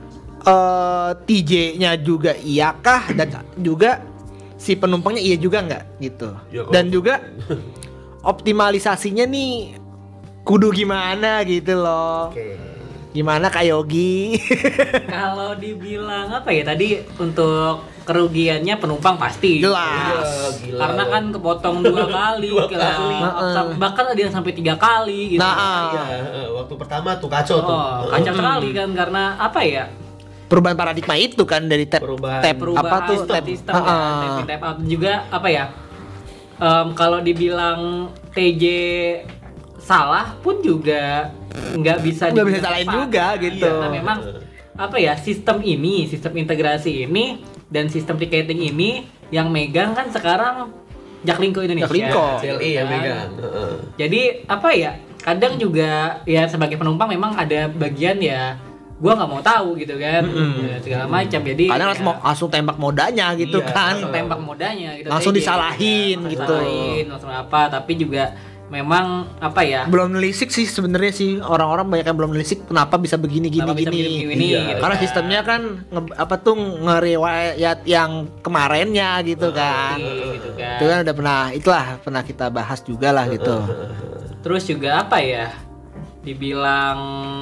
eh T J-nya juga iyakah dan juga si penumpangnya iya juga nggak gitu. Ya, kok. Dan juga optimalisasinya nih kudu gimana gitu loh. Oke. Gimana Kak Yogi? Kalau dibilang apa ya tadi untuk kerugiannya penumpang pasti. Jelas. Gila. Karena kan kepotong dua kali, Dua gila. kali. Sam- bahkan ada yang sampai tiga kali gitu. Nah, Iya, waktu pertama tuh kacau tuh. Oh, kacau sekali kan karena apa ya? perubahan paradigma itu kan dari tab Perubahan- tab Perubahan apa tuh sistem, tab sistem Ah, ya, ah. tap in, tap out juga apa ya? Em, kalau dibilang T J salah pun juga nggak bisa Nggak bisa dibilang salahin tepat. juga gitu. Karena memang apa ya sistem ini, sistem integrasi ini dan sistem ticketing ini yang megang kan sekarang Jaklingko Indonesia. Jaklingko. C L I yang Kan? megang. Heeh. Jadi apa ya? Kadang juga ya sebagai penumpang memang ada bagian ya gua nggak mau tahu gitu kan ya, segala macam. Jadi Kadang ya, langsung, mau- langsung tembak modanya gitu Iya, kan. langsung tembak modanya gitu. Langsung T J, disalahin langsung gitu. disalahin, langsung apa? Tapi juga memang apa ya? Belum nelisik sih sebenarnya sih orang-orang banyak yang belum nelisik kenapa bisa begini gini Kenapa bisa gini. begini-begini, Iya. gitu Karena kan. sistemnya kan nge- apa tuh ngeriwayat yang kemarinnya gitu kan. gitu kan. Itu kan udah pernah itulah pernah kita bahas juga lah gitu. Terus juga apa ya? Dibilang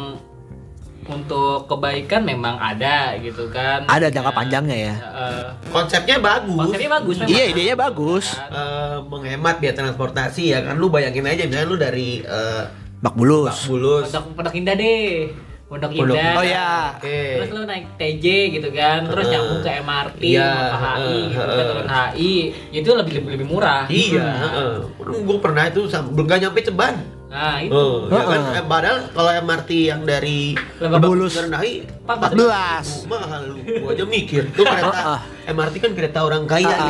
untuk kebaikan memang ada gitu kan. Ada jangka Ya, panjangnya ya. eh, Konsepnya bagus. konsepnya bagus memang. Iya, idenya bagus. Eh, menghemat biaya transportasi ya kan, lu bayangin aja misalnya lu dari eh, Bak bulus. Bak Bulus. Pondok Pondok Indah deh. Pondok Pondok Indah. Oh ya. Oke. Terus lu naik T J gitu kan, terus Heeh. nyambung ke M R T, Iya, ke H I, gitu kan, heeh. turun H I, itu lebih lebih, lebih murah. Iya, heeh. Gue pernah itu sam- belum nggak nyampe Ceban. Nah itu. Oh, ya kan? Heeh. Eh, padahal kalau M R T yang dari Lebak Bulus. Nahi empat empat belas. mahal lu. Gua aja mikir. Tuh kereta M R T kan kereta orang kaya ya.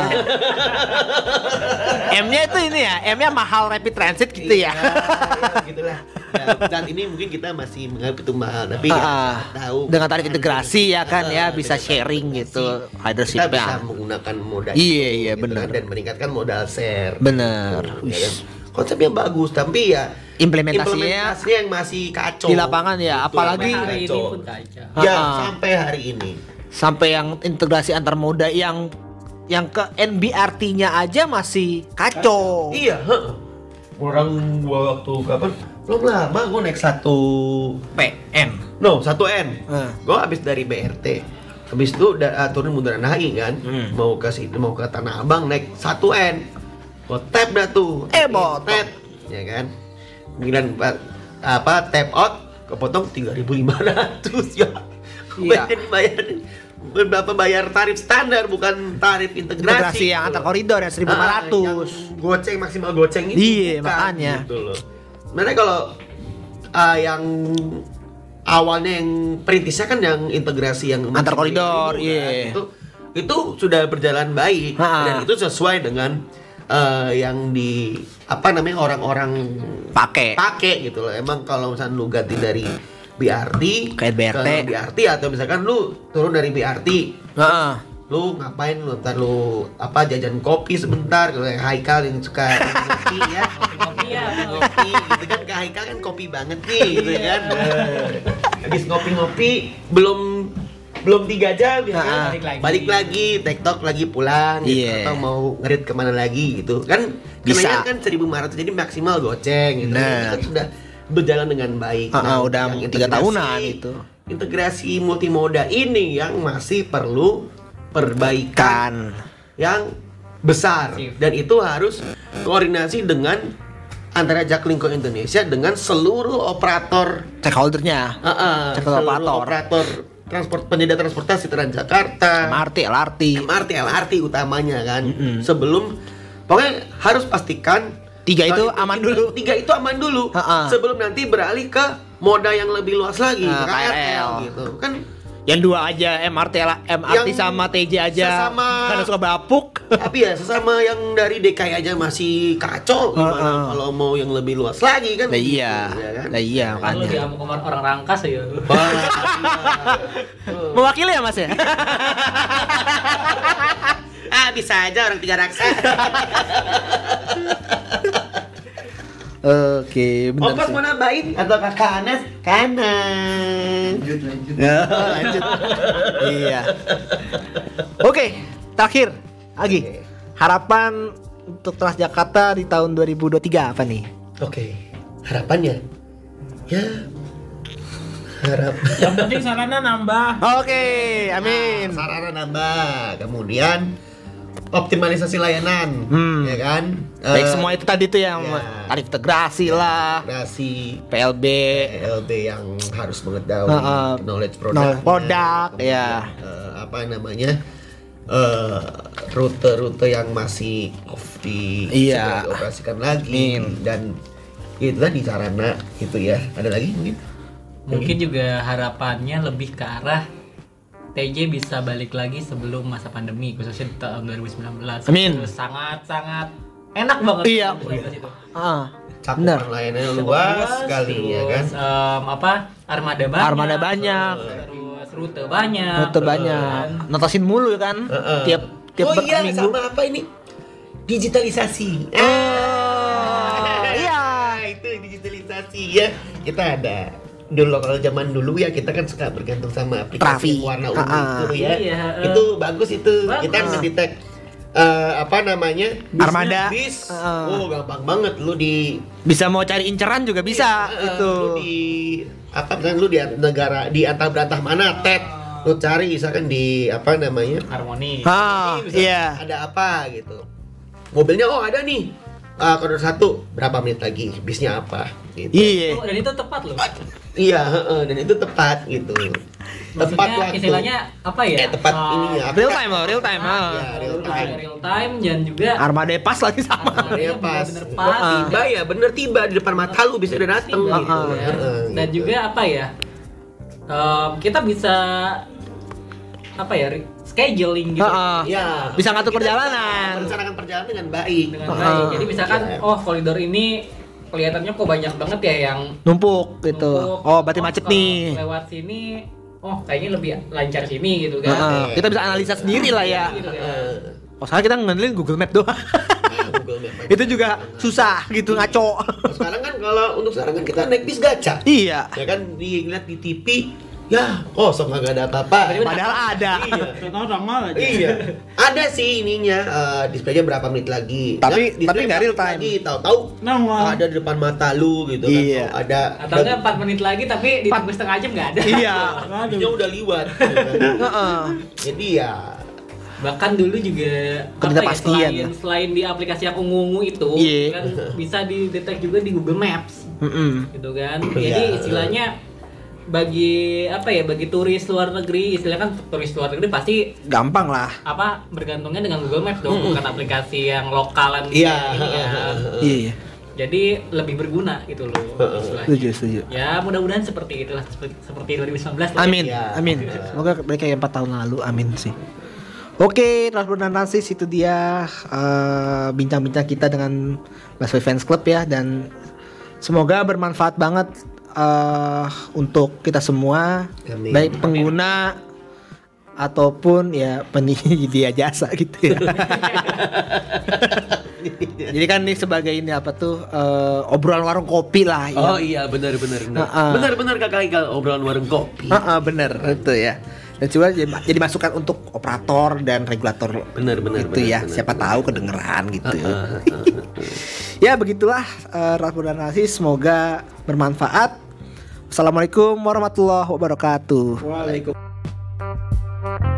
M-nya itu ini ya, M-nya mahal rapid transit gitu ya. Iya, gitulah. Ya, saat ini mungkin kita masih menganggap itu mahal, tapi ya Ah, tahu dengan tarif integrasi ya kan ya Ah, bisa dengan sharing integrasi, gitu kita bisa ridership-nya. menggunakan moda Iya, itu, iya, gitu benar. kan, dan meningkatkan modal share. Bener. Ya kan? Konsepnya bagus, tapi ya Implementasinya implementasinya yang masih kacau di lapangan ya, Gitu, apalagi- Sampai hari ini kacau. pun kacau. Ya, Ah. sampai hari ini. sampai yang integrasi antar moda yang yang ke N B R T-nya aja masih kacau. Iya, heeh. Orang gua waktu kapan? Belum lama gua naik satu P N. No, satu N. Eh. Gua habis dari B R T. Habis itu udah uh, turun Bundaran H I kan. Hmm. Mau ke sini, mau ke Tanah Abang naik satu N. Gua tap dah tuh. Eh, botol. Tap, ya kan. Kemudian pa- apa tap out kepotong tiga ribu lima ratus ya. Iya. Bayar bayar berapa bayar tarif standar bukan tarif integrasi. Integrasi yang gitu antar loh. koridor yang seribu lima Ah, ratus. yang goceng maksimal goceng itu Iya, bukan, makanya. gitu loh. Sebenarnya kalau ah, yang awalnya yang perintisnya kan yang integrasi yang Antar masih koridor, dulu, iya. kan, itu itu sudah berjalan baik Ha-ha. dan itu sesuai dengan eh, yang di apa namanya orang-orang Pakai. pakai gitu loh. Emang kalau misalnya lu ganti dari B R T Kayak B R T. ke B R T atau misalkan lu turun dari B R T Heeh. lu ngapain lu ntar lu apa jajan kopi sebentar kalau kayak Haikal yang suka kopi ya Kopi ya. ngopi gitu kan, ke Haikal kan kopi banget nih gitu kan. Habis ngopi-ngopi belum belum tiga jam ya kan, Ah, balik lagi. balik lagi TikTok lagi pulang gitu, Iya. atau mau ngerit kemana lagi gitu kan. Bisa. Kenaikan kan seribu lima ratus jadi maksimal goceng gitu. Bener. Itu kan sudah berjalan dengan baik. Ah, ah, udah yang tiga integrasi- tahunan itu. Integrasi multimoda ini yang masih perlu perbaikan Kan. yang besar dan itu harus koordinasi dengan antara Jaklingko Indonesia dengan seluruh operator Stakeholdernya. uh, uh, Seluruh seluruh operator. operator transport penyedia transportasi Transjakarta, M R T, L R T. M R T, L R T utamanya kan. Sebelum pokoknya harus pastikan Tiga itu uh, aman itu- dulu. Tiga itu aman dulu Ha-ha. sebelum nanti beralih ke moda yang lebih luas lagi, Nah, K K R R L L. gitu. Kan Yang dua aja M R T, L- M R T Yang sama T J aja. sesama- Karena suka bapuk. tapi ya sesama yang dari D K I aja masih kacau gimana Ha-ha. kalau mau yang lebih luas lagi kan? Nah iya, Gitu, ya kan? nah iya Kan lu makanya. diamuk sama orang Rangkas ya. Wah, iya. Mewakili ya Mas ya? ah bisa aja orang tiga raksa. Oke, benar Ongkos sih. mau nambahin atau kakak Anas? Kanan. Lanjut lanjut. Ya, lanjut. Iya. Oke, terakhir Agi. Oke. Harapan untuk Transjakarta di tahun dua ribu dua puluh tiga apa nih? Oke, harapannya ya harap Yang penting sarana nambah. Oke, amin. sarana nambah, kemudian optimalisasi layanan, Hmm. ya kan? Baik Eh, semua itu tadi tuh yang ya. tarif integrasi lah, integrasi P L B, L B yang harus mengetahui Heeh. knowledge produk, Knowledge produk, ya. apa namanya eh, rute-rute yang masih off di Iya. segera dioperasikan lagi Amin. dan itu tadi sarana itu ya. Ada lagi mungkin? Mungkin juga harapannya lebih ke arah T J bisa balik lagi sebelum masa pandemi, khususnya di tahun dua ribu sembilan belas. Amin. Itu sangat-sangat enak banget. Iya. dua ribu sembilan belas itu. ah, Cakupan bener. layanannya luas sekali ya kan. Terus, em, apa armada banyak, Armada banyak. terus rute banyak, Rute banyak, notasin mulu kan, Heeh. tiap tiap oh ber- iya minggu. sama apa ini? Digitalisasi. Oh, iya. itu digitalisasi ya. Kita ada dulu kalau zaman dulu ya kita kan suka bergantung sama aplikasi Trafi. yang warna ungu Ah, ah. itu ya. Iya, eh. Itu bagus itu. Bagus. Kita ngedetek eh, apa namanya? Bisnya, Armada. Bis. Ah. Oh, gampang banget lu di Bisa mau cari inceran juga bisa eh, itu. Lu di apa misalnya lu di negara di antah berantah mana tet lu cari misalkan di apa namanya? harmoni. Ah, Ini bisa iya. ada apa gitu. Mobilnya oh ada nih. Ah, koridor satu berapa menit lagi bisnya apa gitu. Iya. Oh, dan itu tepat loh. Iya, heeh, dan itu tepat gitu. Tepat Maksudnya waktu. istilahnya apa ya? Eh, tepat Eh, ini ya. Real time loh, real time. Ya, ah. real time. real time dan juga Armada pas lagi sama. Armadanya pas. bener-bener pas. Ah. Tiba ya, bener tiba di depan mata lu bisa udah dateng Tiba, gitu. Ah, ah. ya. Heeh, Dan gitu. juga apa ya? em, kita bisa apa ya? re- scheduling gitu. Heeh. Ya, Bisa ngatur kita perjalanan. bisa merencanakan perjalanan dengan baik. Dengan Ah. baik. Jadi misalkan Ya. oh koridor ini kelihatannya kok banyak banget ya yang Numpuk gitu. numpuk. Oh, berarti macet kalau nih. Lewat sini oh kayaknya lebih lancar sini gitu kan. Heeh. Kita bisa analisa sendiri lah ya. Gitu kan. Heeh. Oh, sekarang kita ngandelin Google Map doang. Nah, Google Map. Itu juga susah gitu ngaco. Sekarang kan kalau untuk sekarang kan kita naik bis gacha. Iya. Ya kan dilihat di T V, ya kosong kagak ada apa-apa. Padahal ada. Iya. Tahu nongol aja. Iya, ada sih ininya uh, displaynya berapa menit lagi. Tapi- display tapi nggak real berapa time. menit Lagi, tahu-tahu Nongol. ada di depan mata lu gitu Iya. kan. Oh, ada Atau enggak empat menit lagi tapi ditunggu setengah jam nggak ada. Iya. dia udah liwat. gitu kan. Heeh. Jadi ya Bahkan dulu juga Ketidakpastian. selain, selain di aplikasi yang ungu-ungu itu Iya. kan bisa didetek juga di Google Maps Heeh. gitu kan. Iya. Jadi istilahnya bagi apa ya bagi turis luar negeri istilahnya kan turis luar negeri pasti Gampang lah. apa bergantungnya dengan Google Maps dong bukan aplikasi yang lokalan iya. kayak ini kan. Iya. Jadi lebih berguna gitu loh istilahnya. Setuju, setuju. Ya mudah-mudahan seperti itulah seperti, seperti dua ribu sembilan belas lah. Amin, Iya. amin. Semoga baik kayak empat tahun lalu, amin sih. Oke, Transport dan Transis itu dia eh, bincang-bincang kita dengan Busway Fans Club ya, dan semoga bermanfaat banget eh, untuk kita semua, Amin. baik pengguna ataupun ya penyedia jasa gitu ya. Jadi kan ini sebagai ini apa tuh eh, obrolan warung kopi lah. Oh ya. iya benar benar benar. Heeh. Benar benar Kakak Iqal obrolan warung kopi. Heeh, bener itu ya. Dan coba jadi, jadi masukan untuk operator dan regulator. Benar benar Gitu benar, ya. benar, Siapa benar. tahu kedengeran gitu. Heeh, heeh, heeh. Ya begitulah uh, Transport dan Transis, semoga bermanfaat. Assalamualaikum warahmatullahi wabarakatuh. Waalaikumsalam.